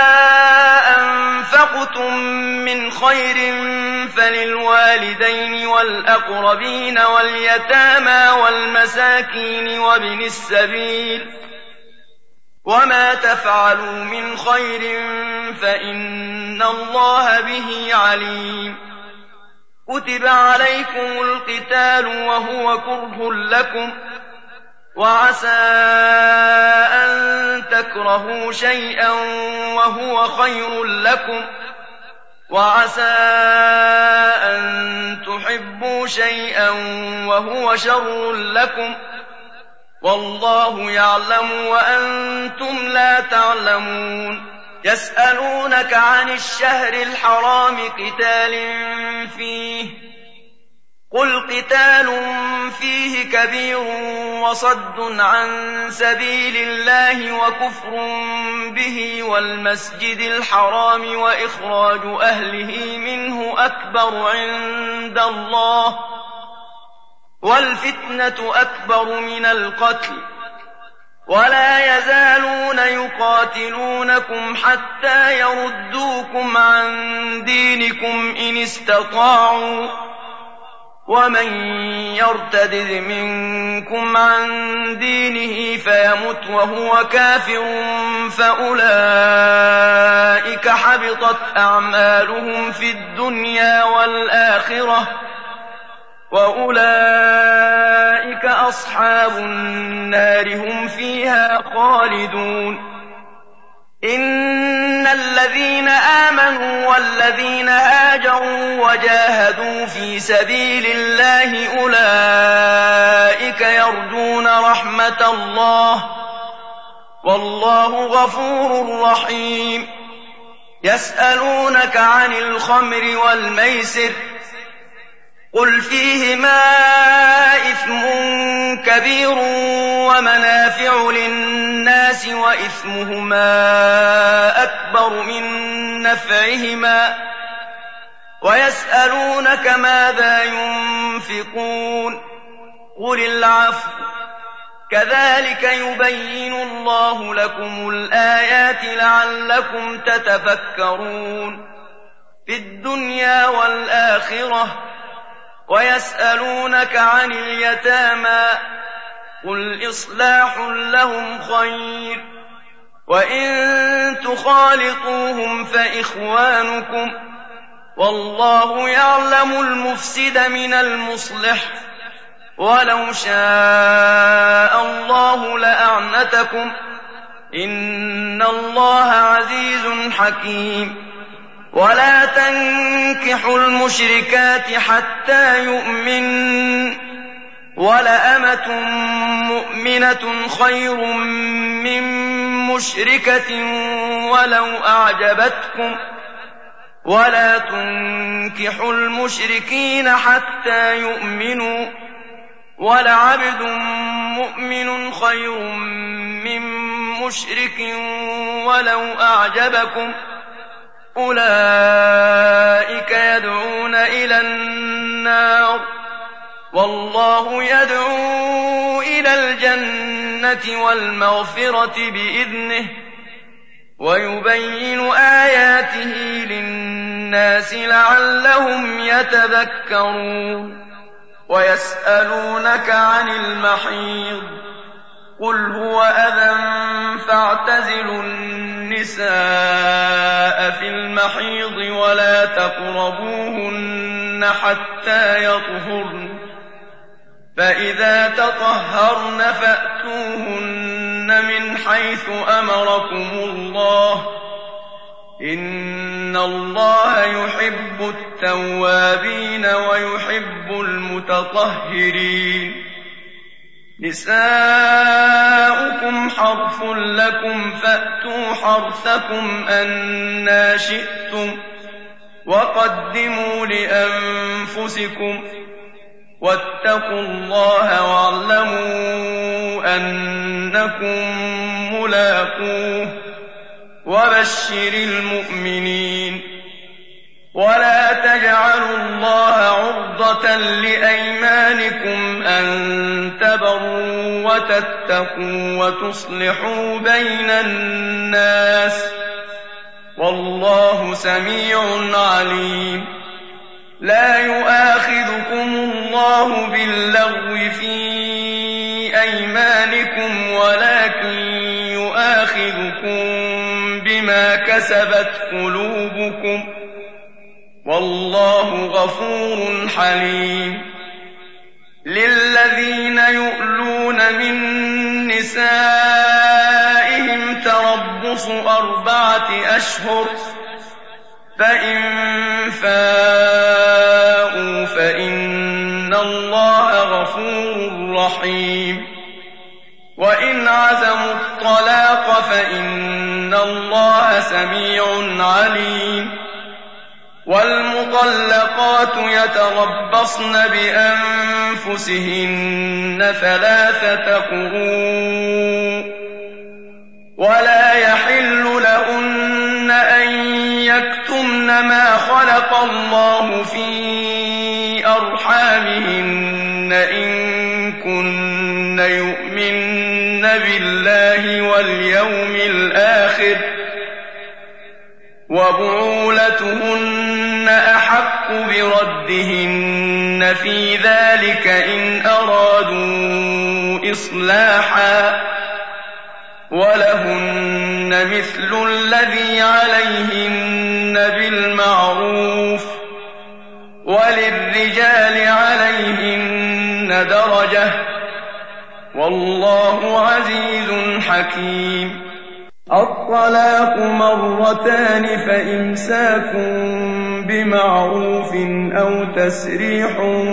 أنفقتم من خير فللوالدين والأقربين واليتامى والمساكين وابن السبيل وما تفعلوا من خير فإن الله به عليم كتب عليكم القتال وهو كره لكم وعسى أن تكرهوا شيئا وهو خير لكم وعسى أن تحبوا شيئا وهو شر لكم والله يعلم وأنتم لا تعلمون يسألونك عن الشهر الحرام قتال فيه قل قتال فيه كبير وصد عن سبيل الله وكفر به والمسجد الحرام وإخراج أهله منه أكبر عند الله والفتنة أكبر من القتل ولا يزالون يقاتلونكم حتى يردوكم عن دينكم إن استطاعوا ومن يرتدد منكم عن دينه فيمت وهو كافر فأولئك حبطت أعمالهم في الدنيا والآخرة وأولئك أصحاب النار هم فيها خالدون إن الذين آمنوا والذين هاجروا وجاهدوا في سبيل الله أولئك يرجون رحمة الله والله غفور رحيم يسألونك عن الخمر والميسر قل فيهما إثم كبير ومنافع للناس وإثمهما أكبر من نفعهما ويسألونك ماذا ينفقون قل العفو كذلك يبين الله لكم الآيات لعلكم تتفكرون في الدنيا والآخرة ويسألونك عن اليتامى قل إصلاح لهم خير وإن تخالطوهم فإخوانكم والله يعلم المفسد من المصلح ولو شاء الله لأعنتكم إن الله عزيز حكيم ولا تنكحوا المشركات حتى يؤمن ولأمة مؤمنة خير من مشركة ولو أعجبتكم ولا تنكحوا المشركين حتى يؤمنوا ولعبد مؤمن خير من مشرك ولو أعجبكم أولئك يدعون إلى النار والله يدعو إلى الجنة والمغفرة بإذنه ويبين آياته للناس لعلهم يتذكرون ويسألونك عن المحيض قل هو أذى فاعتزلوا النساء في المحيض ولا تقربوهن حتى يطهرن فإذا تطهرن فأتوهن من حيث أمركم الله إن إِنَّ اللَّهَ يُحِبُّ التَّوَّابِينَ وَيُحِبُّ الْمُتَطَهِّرِينَ نِسَاؤُكُمْ حَرْثٌ لَكُمْ فَأْتُوا حَرْثَكُمْ أَنَّىٰ شِئْتُمْ وَقَدِّمُوا لِأَنفُسِكُمْ وَاتَّقُوا اللَّهَ وَاعْلَمُوا أَنَّكُم مُّلَاقُوهُ وَبَشِّرِ الْمُؤْمِنِينَ وَلَا تَجْعَلُوا اللَّهَ عُرْضَةً لِّأَيْمَانِكُمْ أَن تَبَرُّوا وَتَتَّقُوا وَتُصْلِحُوا بَيْنَ النَّاسِ ۗ وَاللَّهُ سَمِيعٌ عَلِيمٌ لَا يُؤَاخِذُكُمُ اللَّهُ بِاللَّغْوِ فِي أَيْمَانِكُمْ وَلَٰكِن يُؤَاخِذُكُم بِمَا كَسَبَتْ قُلُوبُكُمْ ۗ وَاللَّهُ غَفُورٌ حَلِيمٌ لِّلَّذِينَ يُؤْلُونَ مِن نِّسَائِهِمْ تَرَبُّصُ أَرْبَعَةِ أَشْهُرٍ ۖ فَإِن فَاءُوا فَإِنَّ اللَّهَ غَفُورٌ رَّحِيمٌ وَإِنْ عَزَمُوا الطَّلَاقَ فَإِنَّ اللَّهَ سَمِيعٌ عَلِيمٌ وَالْمُطَلَّقَاتُ يَتَرَبَّصْنَ بِأَنفُسِهِنَّ ثَلَاثَةَ قُرُوءٍ ۚ وَلَا يَحِلُّ لَهُنَّ أَن يَكْتُمْنَ مَا خَلَقَ اللَّهُ فِي أَرْحَامِهِنَّ إِن كُنَّ يُؤْمِنَّ بِاللَّهِ وَالْيَوْمِ الْآخِرِ ۚ وَبُعُولَتُهُنَّ أَحَقُّ بِرَدِّهِنَّ فِي ذَٰلِكَ إِنْ أَرَادُوا إِصْلَاحًا ۚ وَلَهُنَّ مِثْلُ الَّذِي عَلَيْهِنَّ بِالْمَعْرُوفِ ۚ وَلِلرِّجَالِ عَلَيْهِنَّ دَرَجَةٌ ۗ وَاللَّهُ عَزِيزٌ حَكِيمٌ الطلاق مرتان فإمساك بمعروف أو تسريح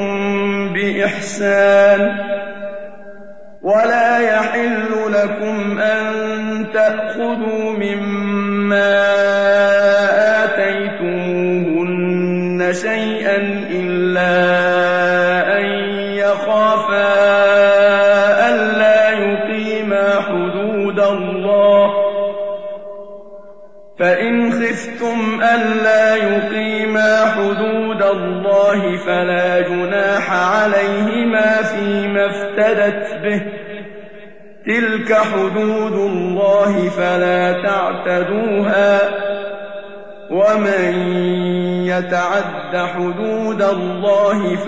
بإحسان ولا يحل لكم أن تأخذوا مما آتيتموهن شيئا إلا أن يخافا ألا يقيما حدود الله فإن خفتم ألا يقيما حدود الله فلا جناح عليهما فيما افتدت به تلك حدود الله فلا تعتدوها ومن يتعد حدود الله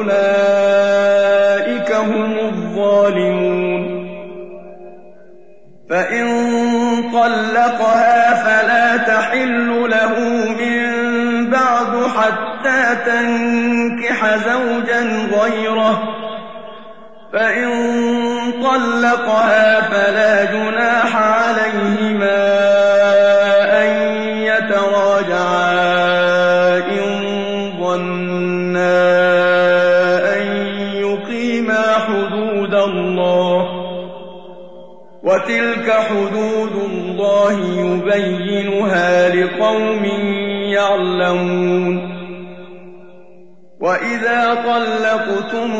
فأولئك هم الظالمون فإن طلقها فلا تحل له من بعد حتى تنكح زوجا غيره فإن طلقها فلا جناح عليهما أن يتراجعا إن ظنا أن يقيما حدود الله وتلك حدود الله يبينها لقوم يعلمون وإذا طلقتم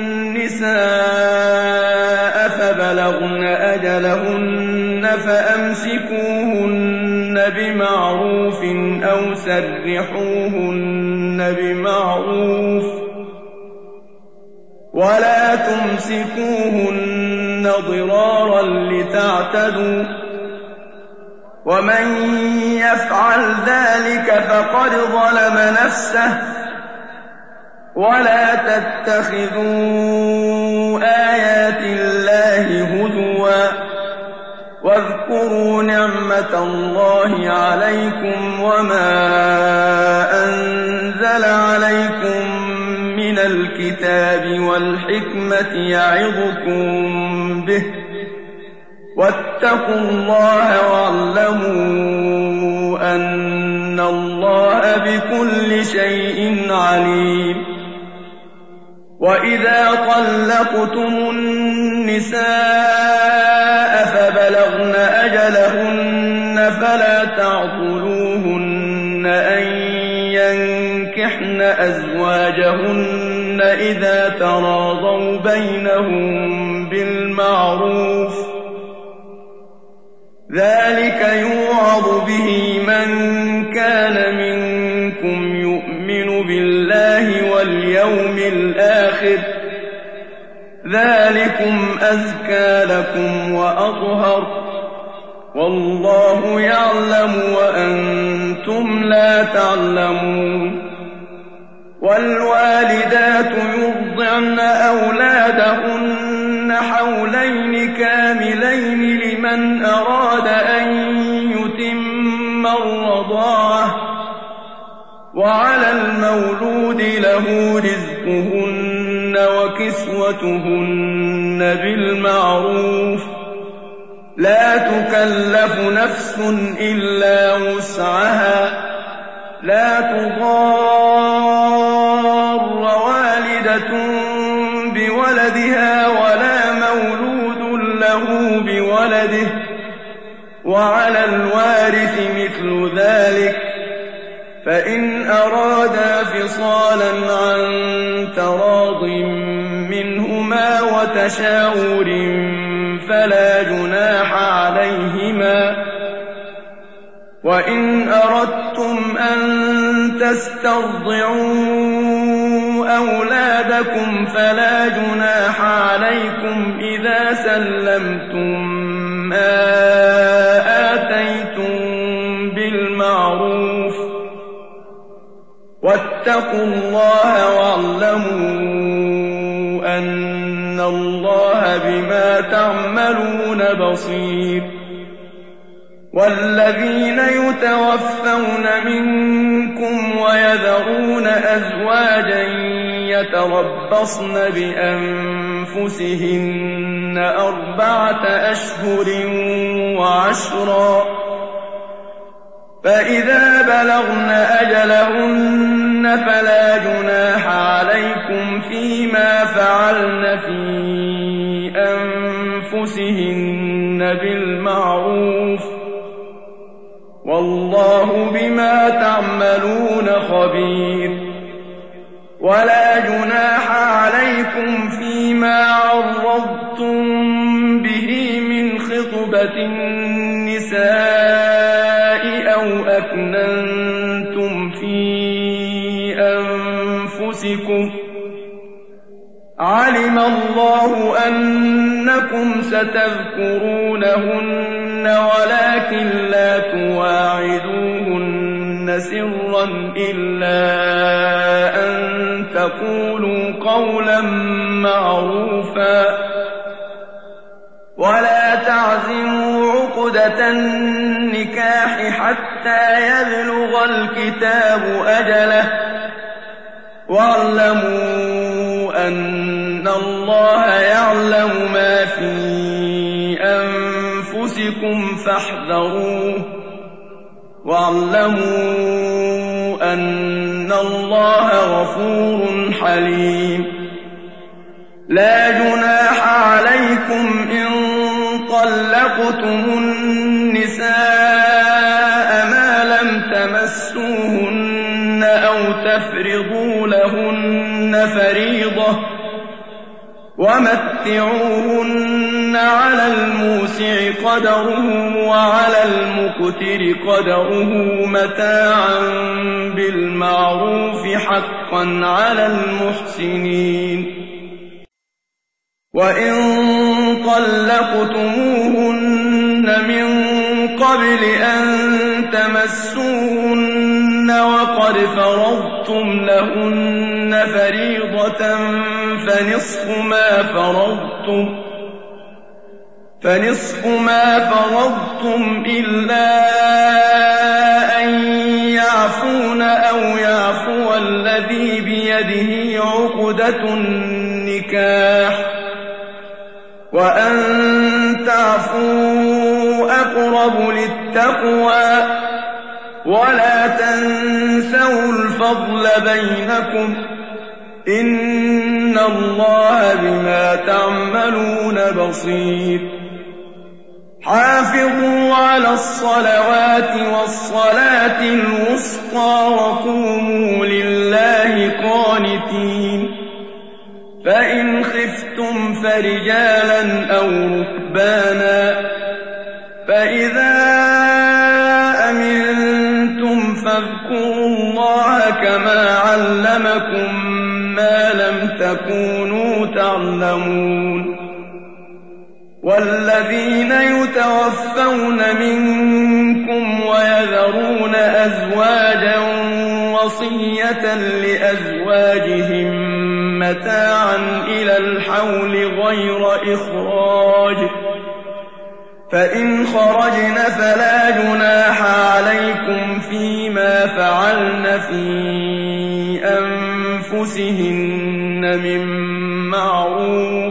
النساء فبلغن أجلهن فأمسكوهن بمعروف أو سرحوهن بمعروف ولا تمسكوهن ضرارا لتعتدوا ومن يفعل ذلك فقد ظلم نفسه ولا تتخذوا آيات الله هزوا واذكروا نعمة الله عليكم وما أنزل عليكم من الكتاب والحكمة يعظكم به واتقوا الله واعلموا أن الله بكل شيء عليم وإذا طلقتم النساء فبلغن أجلهن فلا تعضلوهن أن ينكحن أزواجهن إذا تراضوا بينهم بالمعروف ذلك يوعظ به من كان منكم يؤمن بالله واليوم الآخر ذلكم أزكى لكم وأطهر والله يعلم وأنتم لا تعلمون والوالدات يرضعن أولادهن حولين كاملين لمن أراد أن يتم الرضاعة وعلى المولود له رزقهن وكسوتهن بالمعروف لا تكلف نفس إلا وسعها لا تضار والدة بولدها ولا مولود له بولده وعلى الوارث مثل ذلك فإن أرادا فصالا عن تراض منهما وتشاور فلا جناح عليهما وإن أردتم أن تسترضعوا أولادكم فلا جناح عليكم إذا سلمتم ما آتيتم بالمعروف واتقوا الله واعلموا أن الله بما تعملون بصير والذين يتوفون منكم ويذرون أزواجا يتربصن بأنفسهن أربعة أشهر وعشرا فإذا بلغن أجلهن فلا جناح عليكم فيما فعلن في أنفسهن بالمعروف والله بما تعملون خبير ولا جناح عليكم فيما عرضتم به من خطبة النساء أو أكننتم في أنفسكم علم الله أنكم ستذكرونهن ولكن لا تواعدوهن سرا إلا أن تقولوا قولا معروفا ولا تعزموا عقدة النكاح حتى يبلغ الكتاب أجله واعلموا أن الله يعلم ما في أنفسكم فاحذروه واعلموا أن الله غفور حليم لا جناح عليكم إن طلقتم النساء ما لم تمسوهن أو تفرضوا لهن فريضة ومتعوهن على الموسع قدره وعلى المقتر قدره متاعا بالمعروف حقا على المحسنين وإن طلقتموهن من قبل أن تمسوهن وقد فرضتم لهن فريضة فنصف ما فرضتم فنصف ما فرضتم إلا أن يعفون أو يعفو الذي بيده عقدة النكاح وأن تعفوا أقرب للتقوى ولا تنسوا الفضل بينكم إن الله بما تعملون بصير حافظوا على الصلوات والصلاة الوسطى وقوموا لله قانتين فإن خفتم فرجالا أو ركبانا فإذا أمنتم فاذكروا الله كما علمكم ما لم تكونوا تعلمون والذين يتوفون منكم ويذرون أزواجا وصية لأزواجهم متاعا إلى الحول غير إخراج فإن خرجن فلا جناح عليكم فيما فعلن في أنفسهن من معروف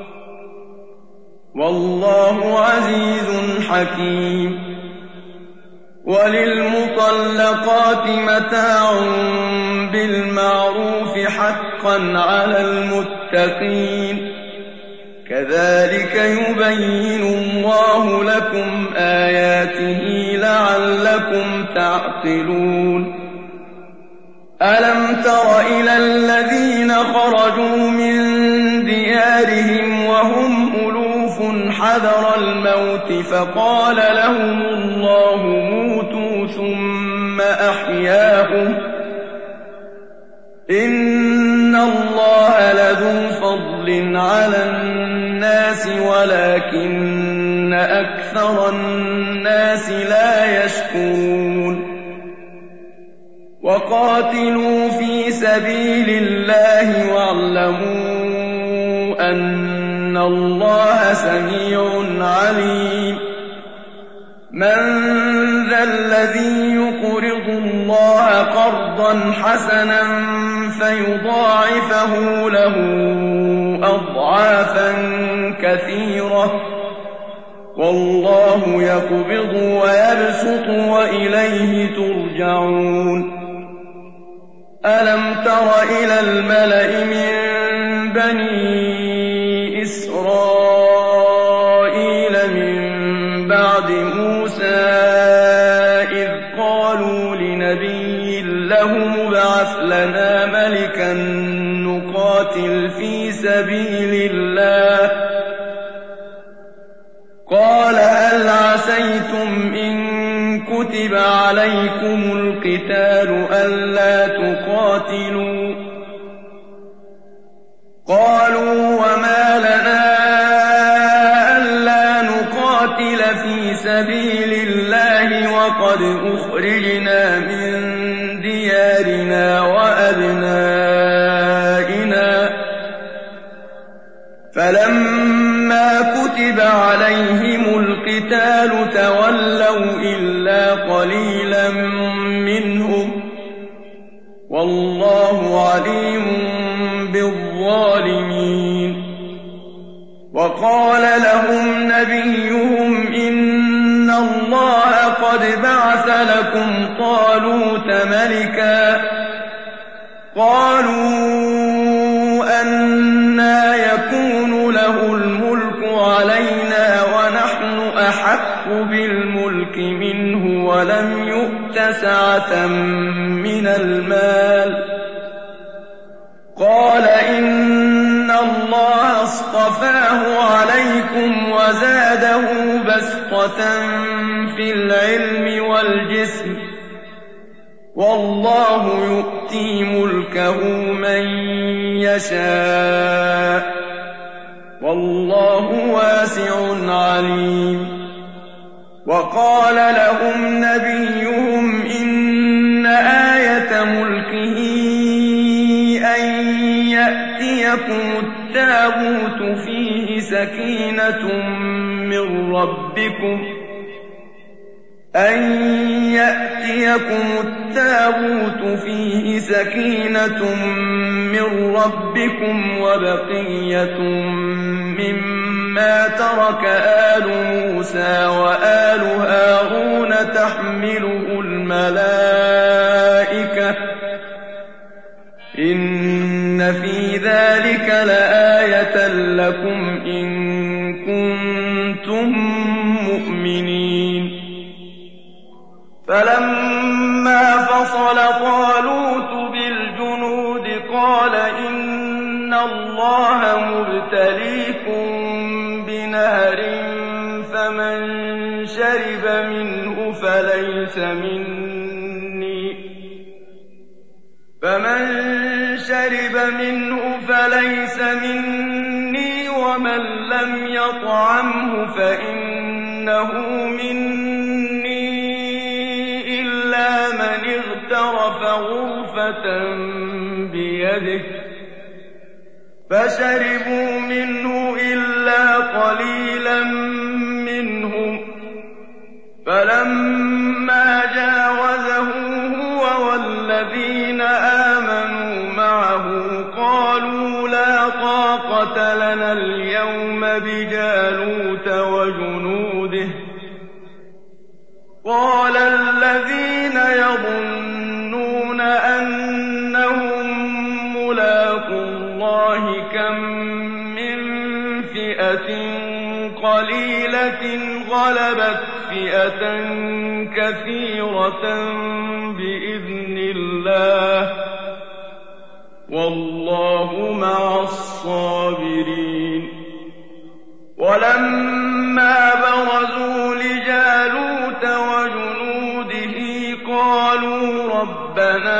والله عزيز حكيم وللمطلقات متاع بالمعروف حقا على المتقين كذلك يبين الله لكم آياته لعلكم تعقلون ألم تر إلى الذين خرجوا من ديارهم وهم ألوف حذر الموت فقال لهم الله موتوا ثم أحياهم إن الله لذو فضل على الناس ولكن أكثر الناس لا يشكرون وقاتلوا في سبيل الله واعلموا أن الله سميع عليم من ذا الذي يقرض الله قرضا حسنا فيضاعفه له أضعافا كثيرة والله يقبض ويبسط وإليه ترجعون ألم تر إلى الملأ من بني إسرائيل من بعد موسى إذ قالوا لنبي له ابعث لنا ملكا نقاتل في سبيل الله قال هل عسيتم إن كتب عليكم القتال ألا تقاتلوا قالوا وما لنا ألا نقاتل في سبيل الله وقد أخرجنا من ديارنا وأبنائنا فلما كتب عليهم القتال تولوا إلا قليلا منهم والله عليم بالظالمين وقال لهم نبيهم إن الله قد بعث لكم طالوت ملكا قالوا أنى يكون له الملك علينا ونحن أحق بالملك منه ولم يؤت سعة من المال قال إن الله اصطفاه عليكم وزاده بسطة في العلم والجسم والله يؤتي ملكه من يشاء والله واسع عليم وقال لهم نبيهم إن آية ملكه أن يأتيكم التابوت فيه سكينة من ربكم أن يأتيكم التابوت فيه سكينة من ربكم وبقية مما مما ترك آل موسى وآل هارون تحمله الملائكة إن في ذلك لآية لكم إن كنتم مؤمنين فلما فصل طالوت بالجنود قال إن الله مبتليكم بنهر فمن شرب منه فليس مني فمن شرب منه فليس مني ومن لم يطعمه فإنه مني إلا من اغترف غرفة بيده فشربوا منه إلا قليلا منهم فلما جاوزه هو والذين آمنوا معه قالوا لا طاقة لنا اليوم بجالوت وجنوده قال الذين يظنون أنهم ملاقو الله كم من فئة قليلة غلبت فئة كثيرة بإذن الله والله مع الصابرين ولما برزوا لجالوت وجنوده قالوا ربنا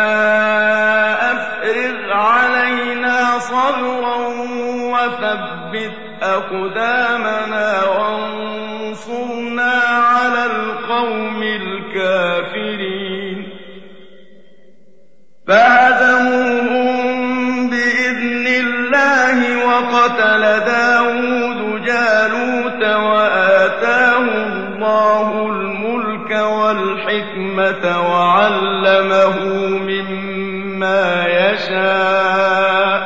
أفرغ علينا صبرا وثبت أقدامنا وانصرنا على القوم الكافرين فهزموهم بإذن الله وقتل داود جالوت وآتاه الله الملك والحكمة وعلمه مما يشاء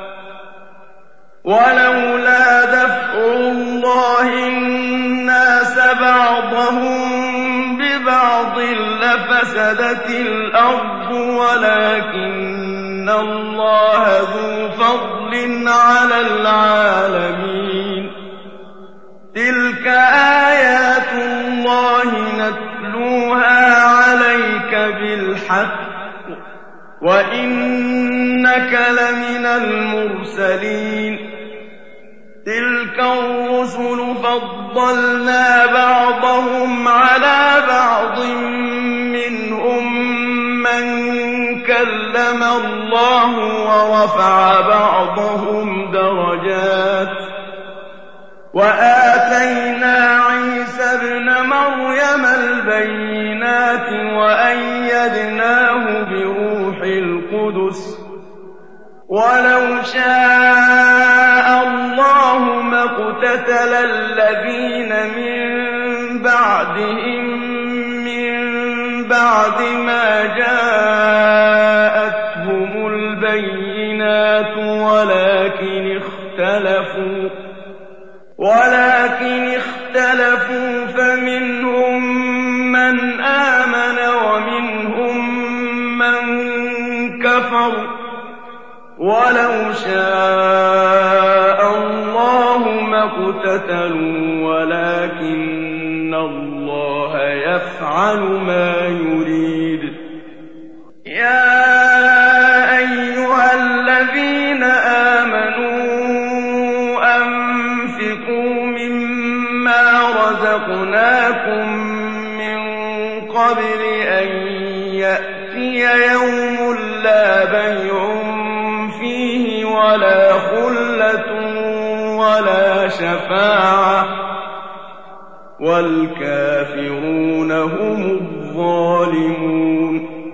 ولولا دفع الله الناس بعضهم ببعض لفسدت الأرض ولكن الله ذو فضل على العالمين تلك آيات الله نتلوها عليك بالحق وإنك لمن المرسلين تلك الرسل فضلنا بعضهم على بعض منهم من كلم الله ورفع بعضهم درجات وآتينا عيسى ابن مريم البينات وأيدناه بروح القدس ولو شاء الله ما اقتتل الذين من بعدهم من بعد ما جاءتهم البينات ولكن اختلفوا ولكن اختلفوا فمنهم من آمن ومنهم من كفر ولو شاء الله ما اقتتلوا ولكن الله يفعل ما يريد يا أيها الذين آمنوا أنفقوا مما رزقناكم من قبل أن يأتي يوم لا بيع فيه ولا خلة ولا شفاعة والكافرون هم الظالمون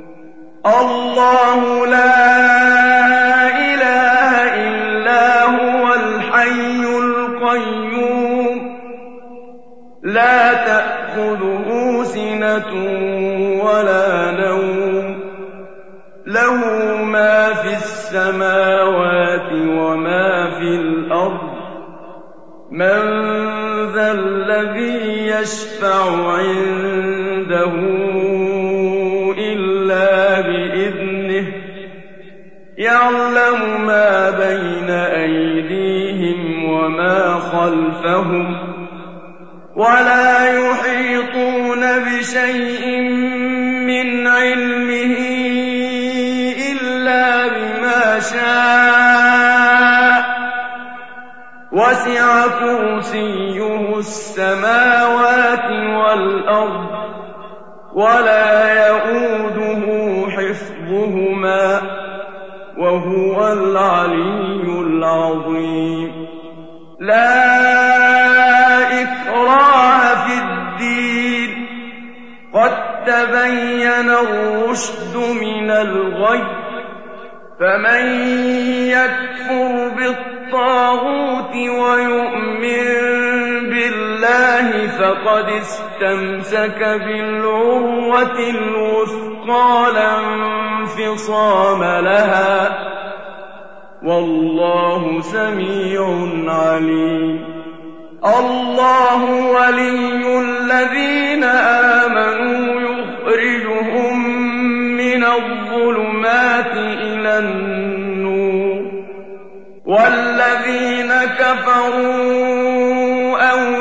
الله لا إله إلا هو الحي القيوم لا تأخذه سنة ولا نوم له ما في السماوات وما في الأرض من ذا الذي يشفع عنده إلا بإذنه يعلم ما بين أيديهم وما خلفهم ولا يحيطون بشيء من علمه إلا بما شاء وسع كرسيه السماوات والأرض ولا يئوده حفظهما وهو العلي العظيم لا إكراه في الدين قد تبين الرشد من الغي فمن يكفر بالطاغوت ويؤمن بالله فقد استمسك بالعروة الوثقى لا انفصام لها والله سميع عليم الله ولي الذين آمنوا يخرجهم من الظلمات إلى النور والذين كفروا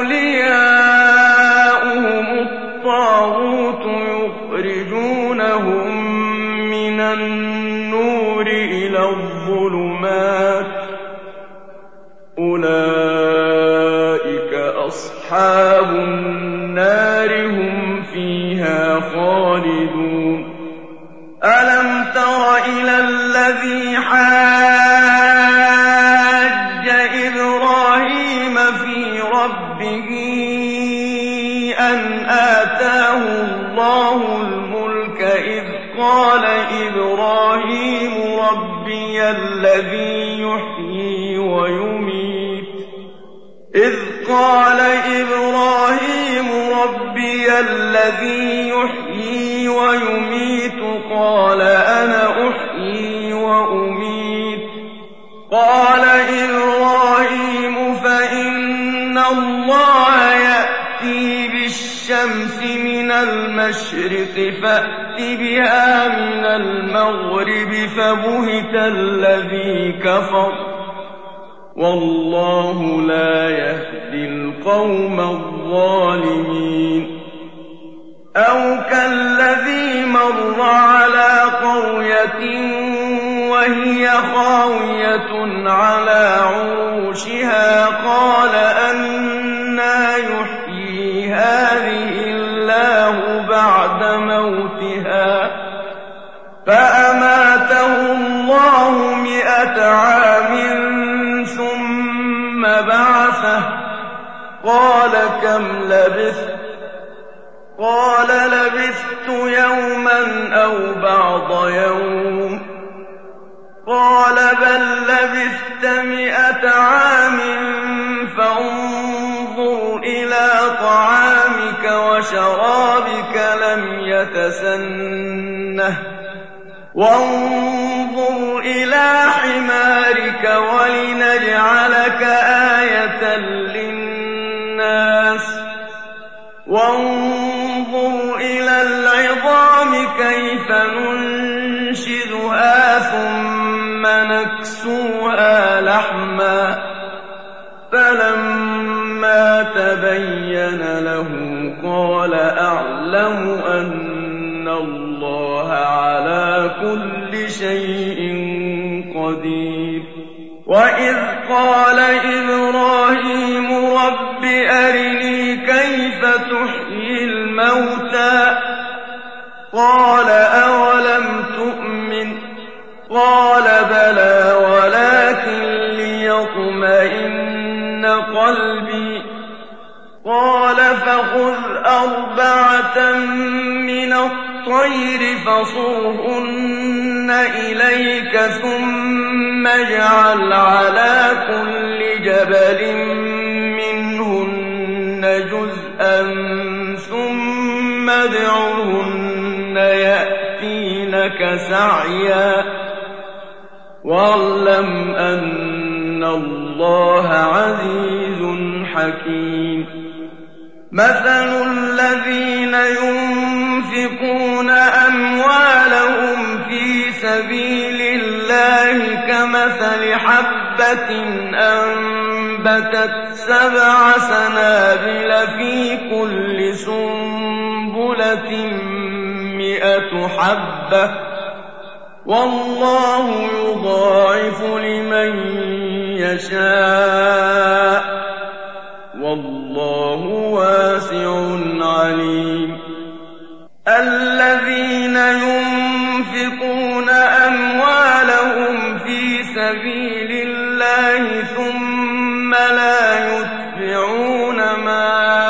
أولياؤهم الطاغوت يخرجونهم من النور إلى الظلمات أولئك أصحاب النار هم فيها خالدون ألم تر إلى الذي حاج إبراهيم في ربه أن آتاه الله الملك إذ قال إبراهيم ربي الذي يحيي ويميت إذ قال إبراهيم ربي الذي يحيي ويميت قال أنا أحيي وأميت قال إبراهيم فإن الله يأتي بالشمس من المشرق فأت بها من المغرب فبهت الذي كفر والله لا يهدي القوم الظالمين أو كالذي مر على قرية وهي خاوية على عروشها قال أنى يحيي هذه الله بعد موتها فأماته الله مئة عام ثم بعثه قال كم لبثت قال لبثت يوما أو بعض يوم قال بل لبثت مئة عام فانظر إلى طعامك وشرابك لم يتسنه وانظر إلى حمارك ولنجعلك آية للناس وانظر إلى العظام كيف ننشزها ثم نكسوها لحما فلما تبين له قال أعلم أن الله على كل شيء قدير وإذ قال إبراهيم رب أرني كيف تحيي الموتى قال أولم تؤمن قال بلى ولكن ليطمئن قلبي قال فخذ أربعة من الطير فصرهن إليك ثم اجعل على كل جبل منهن جزءا ثم ادعهن يأتينك سعيا واعلم أن إِنَّ اللَّهَ عَزِيزٌ حَكِيمٌ مَثَلُ الَّذِينَ يُنفِقُونَ أَمْوَالَهُمْ فِي سَبِيلِ اللَّهِ كَمَثَلِ حَبَّةٍ أَنبَتَتْ سَبْعَ سَنَابِلَ فِي كُلِّ سُنبُلَةٍ مِّائَةُ حَبَّةٍ ۗ وَاللَّهُ يُضَاعِفُ لِمَن يَشَاءُ ۗ وَاللَّهُ وَاسِعٌ عَلِيمٌ الَّذِينَ يُنفِقُونَ أَمْوَالَهُمْ فِي سَبِيلِ اللَّهِ ثُمَّ لَا يُتْبِعُونَ مَا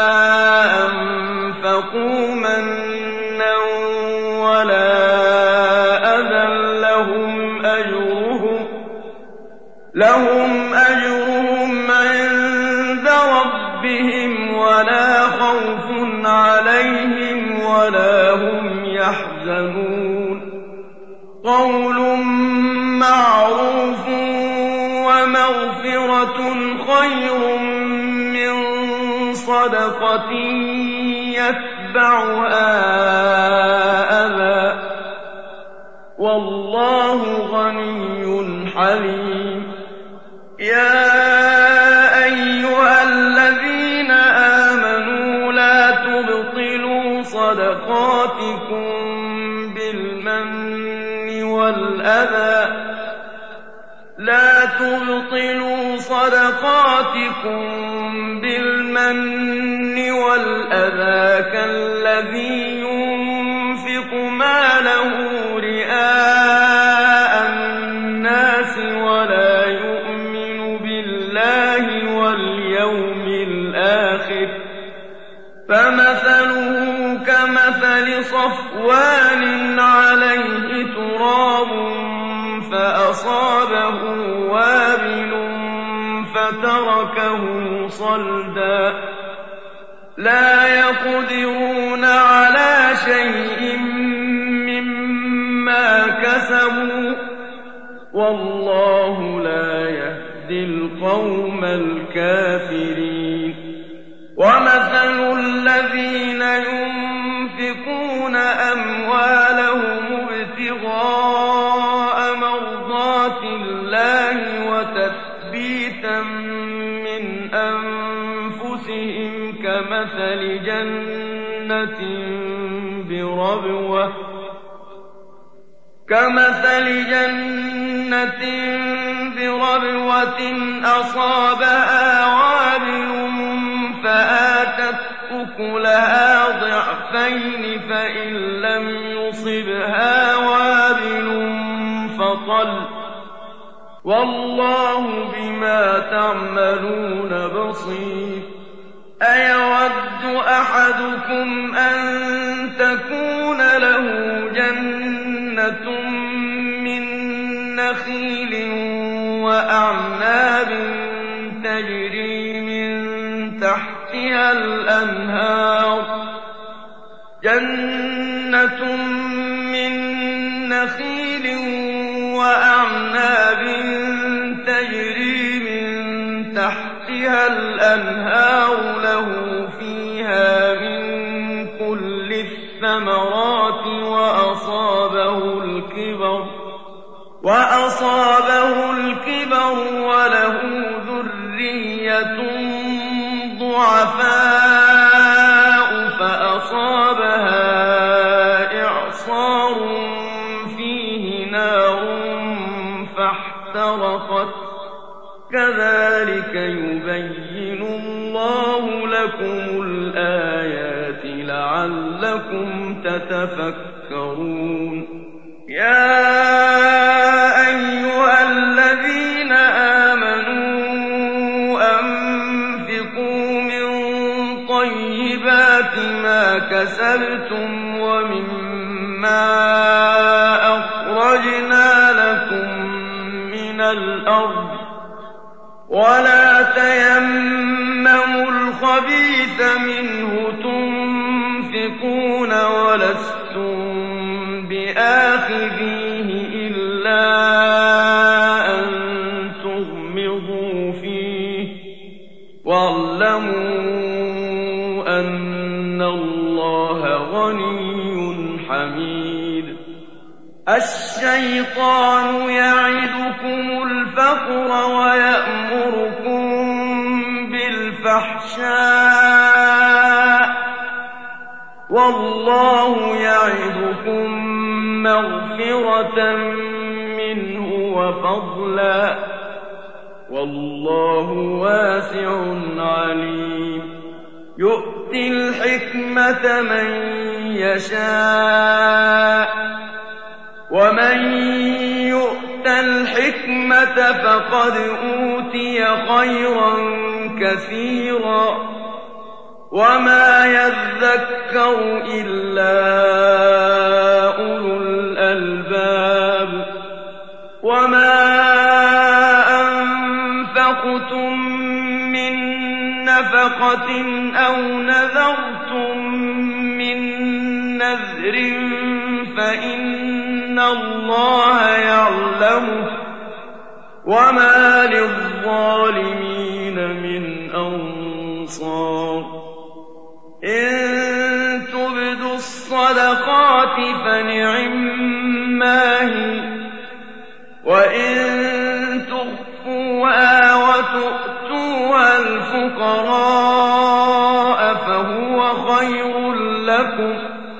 أَنفَقُوا مَنًّا وَلَا أَذًى لَّهُمْ أَجْرُهُمْ لَهُمْ أَجْرُهُمْ عِندَ رَبِّهِمْ وَلَا خَوْفٌ عَلَيْهِمْ وَلَا هُمْ يَحْزَنُونَ قَوْلٌ مَّعْرُوفٌ وَمَغْفِرَةٌ خَيْرٌ مِّن صَدَقَةٍ يَتْبَعُهَا أَذًى ۗ وَاللَّهُ غَنِيٌّ حَلِيمٌ يَا أَيُّهَا الَّذِينَ آمَنُوا لَا تُبْطِلُوا صَدَقَاتِكُم بِالْمَنِّ وَالْأَذَىٰ لا تبطلوا صدقاتكم بالمن والأذى كالذي ينفق ماله رئاء الناس ولا يؤمن بالله واليوم الآخر فمثله كمثل صفوان عليه تراب فأصابه وابل فتركه صلدا لا يقدرون على شيء مما كسبوا والله لا يهدي القوم الكافرين ومثل الذين ينفقون أموالهم ابتغاء مرضات الله وتثبيتا من أنفسهم كمثل جنة بربوة كمثل جنة بربوة أصابها وابل فآتت أكلها ضعفين فإن لم يصبها وابل فطل والله بما تعملون بصير أيود أحدكم أن تكون له جنة من نخيل وأعناب تجري من تحتها الأنهار جنة من نخيل وأعناب تجري من تحتها الأنهار له فيها من كل الثمرات وأصابه الكبر وأصابه الكبر وله ذرية ضعفاء فأصابها إعصار فيه نار فاحترقت كذلك يبين الله لكم الآيات لعلكم تتفكرون يا أيها الذين آمنوا أنفقوا من طيبات ما كسبتم ومما أخرجنا لكم من الأرض ولا تيمموا الخبيث منه تنفقون ولستم بآخذيه إلا أن تغمضوا الشيطان يعدكم الفقر ويأمركم بالفحشاء والله يعدكم مغفرة منه وفضلا والله واسع عليم يؤتي الحكمة من يشاء ومن يؤت الحكمة فقد أوتي خيرا كثيرا وما يذكر إلا أولو الألباب وما أنفقتم من نفقة أو نذرتم من نذر فإن الله يعلمه وما للظالمين من أنصار إن تبدوا الصدقات فنعما هي وإن تخفوها وتؤتوها الفقراء فهو خير لكم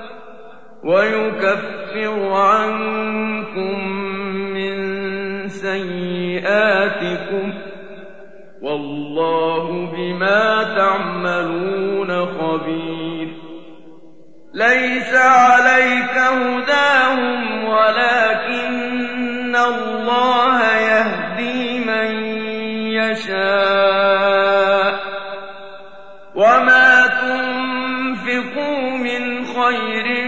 ويكفر عنكم من سيئاتكم والله بما تعملون خبير ليس عليك هداهم ولكن الله يهدي من يشاء وما تنفقوا من خير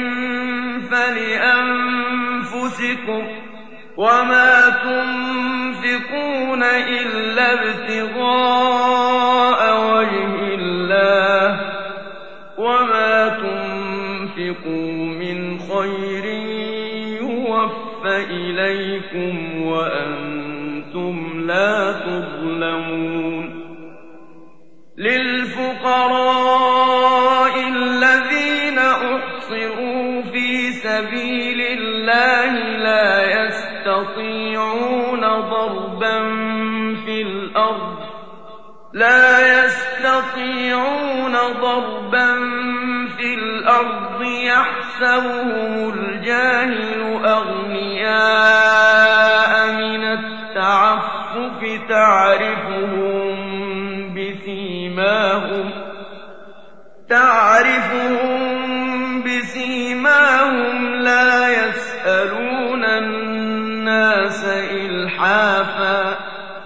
فلأنفسكم وما تنفقون إلا ابتغاء وجه الله وما تنفقوا من خير يوفى إليكم وأنتم لا تظلمون للفقراء الذين أحصروا في سبيل الله لا يستطيعون ضربا في الأرض لا يستطيعون ضربا في الأرض يحسبهم الجاهل أغنياء من التعفف تعرفهم بسيماهم تعرفهم بسيماهم لا يسألون الناس إلحافا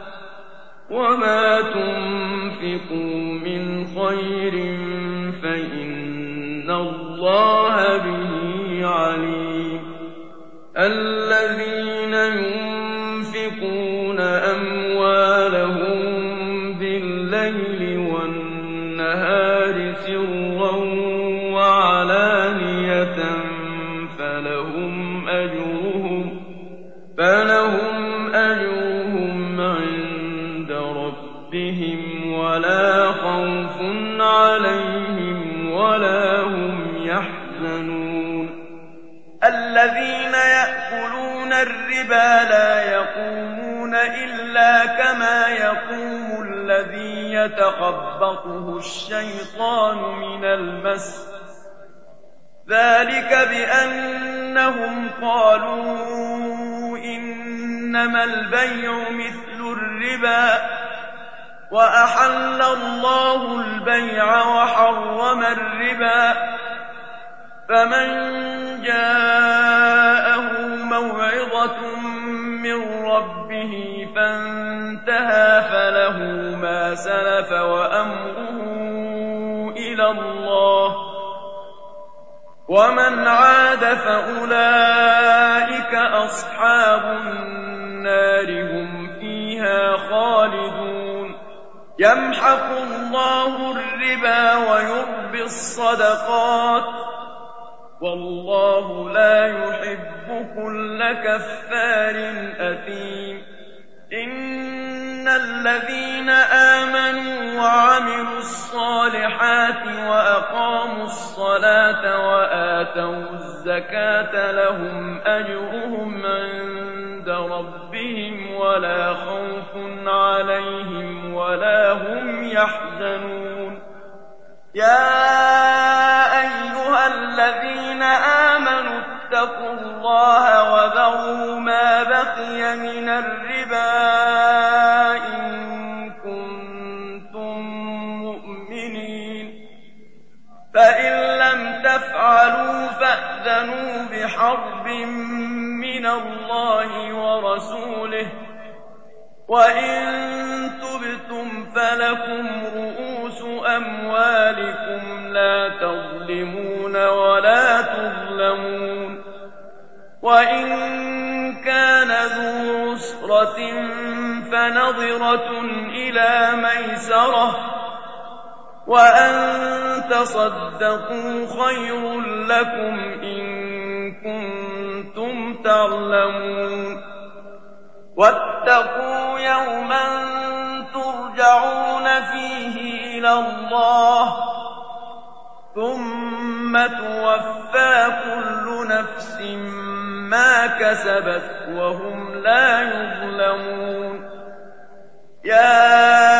وما تنفقوا من خير فإن الله به عليم الذين ينفقون أموالهم بالليل والنهار سرا وعلانية فلهم أجرهم فلهم أجرهم عند ربهم ولا خوف عليهم ولا هم يحزنون الذين يأكلون الربا لا يقومون إلا كما يقوم الذي يتخبطه الشيطان من المس ذلك بأنهم قالوا إنما البيع مثل الربا وأحل الله البيع وحرم الربا فمن جاءه موعظة من ربه فانتهى فله ما سلف وأمره إلى الله ومن عاد فأولئك أصحاب النار هم فيها خالدون يمحق الله الربا ويربي الصدقات والله لا يحب كل كفار أثيم إن الذين آمنوا وعملوا الصالحات وأقاموا الصلاة وآتوا الزكاة لهم أجرهم عند ربهم ولا خوف عليهم ولا هم يحزنون يا أيها الذين آمنوا اتقوا الله وذروا ما بقي من الربا إن كنتم مؤمنين فإن لم تفعلوا فأذنوا بحرب من الله ورسوله وإن تبتم فلكم رؤوس أموالكم لا تظلمون ولا تظلمون وإن كان ذو عسرة فنظرة إلى ميسرة وأن تصدقوا خير لكم إن كنتم تعلمون واتقوا يوما ترجعون فيه إلى الله ثم توفى كل نفس ما كسبت وهم لا يظلمون يا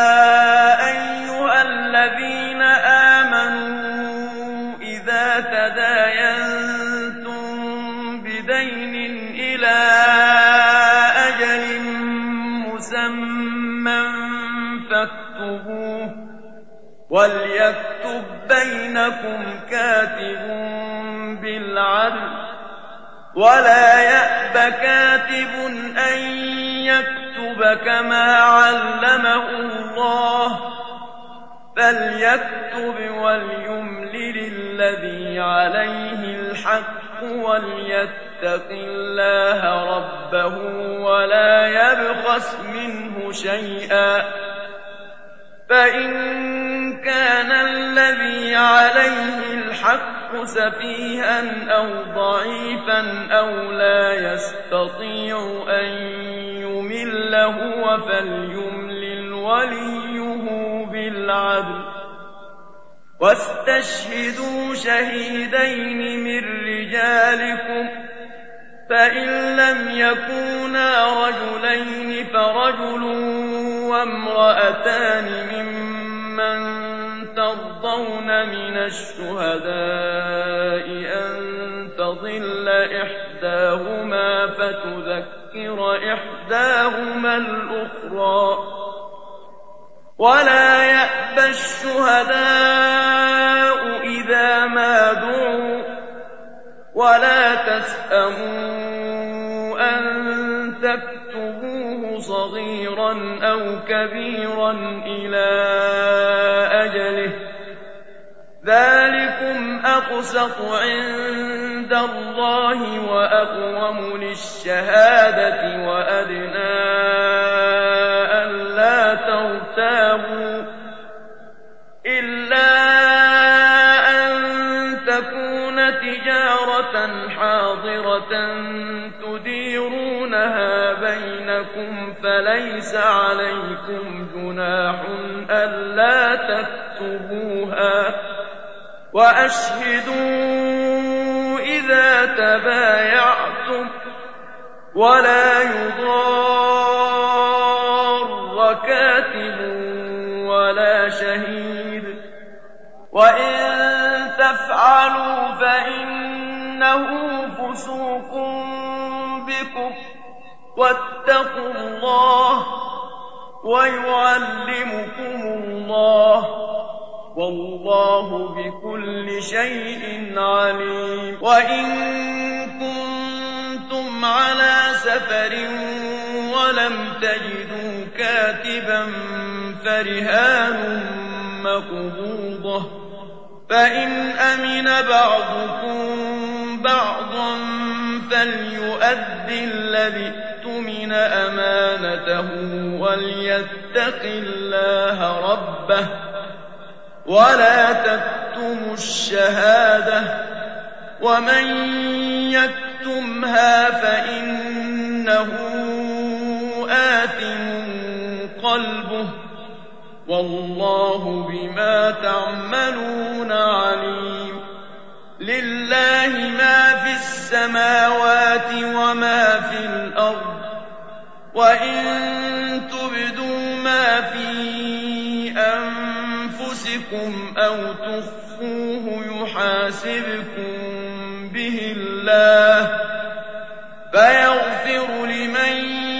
أيها الذين آمنوا إذا تداينتم بدين إلى أجل مسمى فاكتبوه وليكتب بينكم كاتب بالعدل ولا يأب كاتب أن يكتب كما علمه الله فليكتب وليملل الذي عليه الحق وليتق الله ربه ولا يبخس منه شيئا فإن كان الذي عليه الحق سفيها أو ضعيفا أو لا يستطيع أن يمل هو فليملل وليه بالعدل واستشهدوا شهيدين من رجالكم فإن لم يكونا رجلين فرجل وامرأتان ممن ترضون من الشهداء أن تضل إحداهما فتذكر إحداهما الأخرى ولا يأبى الشهداء إذا ما دعوا ولا تسأموا أن تكتبوه صغيرا أو كبيرا إلى أجله ذلكم أقسط عند الله وأقوم للشهادة وأدنى ألا ترتابوا إلا أن تكون تجارة حاضرة تديرونها بينكم فليس عليكم جناح ألا تكتبوها وأشهدوا إذا تبايعتم ولا يضار كاتب ولا شهيد وإن تفعلوا فإنه فسوق بكم واتقوا الله ويعلمكم الله والله بكل شيء عليم وإن كنتم على سفر ولم تجدوا كاتبا فرهان مقبوضة فإن أمن بعضكم بعضا فليؤد الذي اؤتمن أمانته وليتق الله ربه ولا تكتموا الشهادة ومن يكتمها فإنه آثم قلبه والله بما تعملون عليم. لله ما في السماوات وما في الأرض، وإن تبدوا ما في أنفسكم أو تخفوه يحاسبكم به الله، فيغفر لمن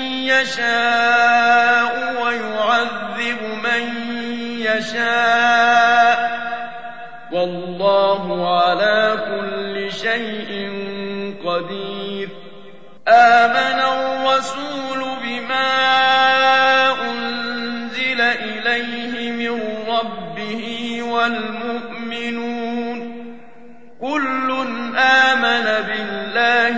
يشاء ويعذب من يشاء، والله على كل شيء قدير. آمن الرسول بما أنزل إليه من ربه والمؤمنون كل آمن بالله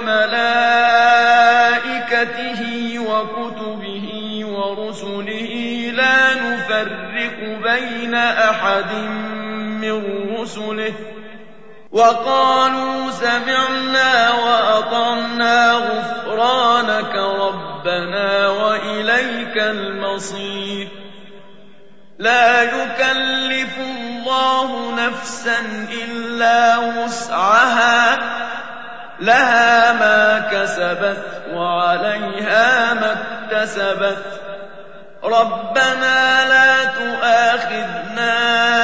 وملائكته وكتبه ورسله لا نفرق بين أحد من رسله، وقالوا سمعنا وأطعنا غفرانك ربنا وإليك المصير. لا يكلف الله نفسا إلا وسعها، لها ما كسبت وعليها ما اكتسبت. ربنا لا تؤاخذنا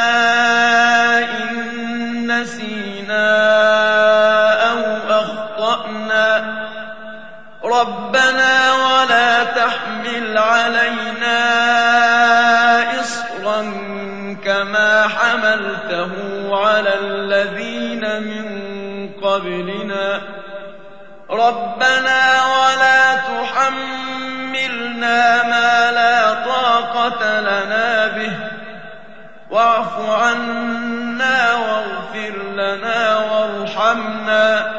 إن نسينا أو أخطأنا، ربنا ولا تحمل علينا إصرا كما حملته على الذين من قبلنا، ربنا ولا تحملنا ما لا طاقة لنا به، واعف عنا واغفر لنا وارحمنا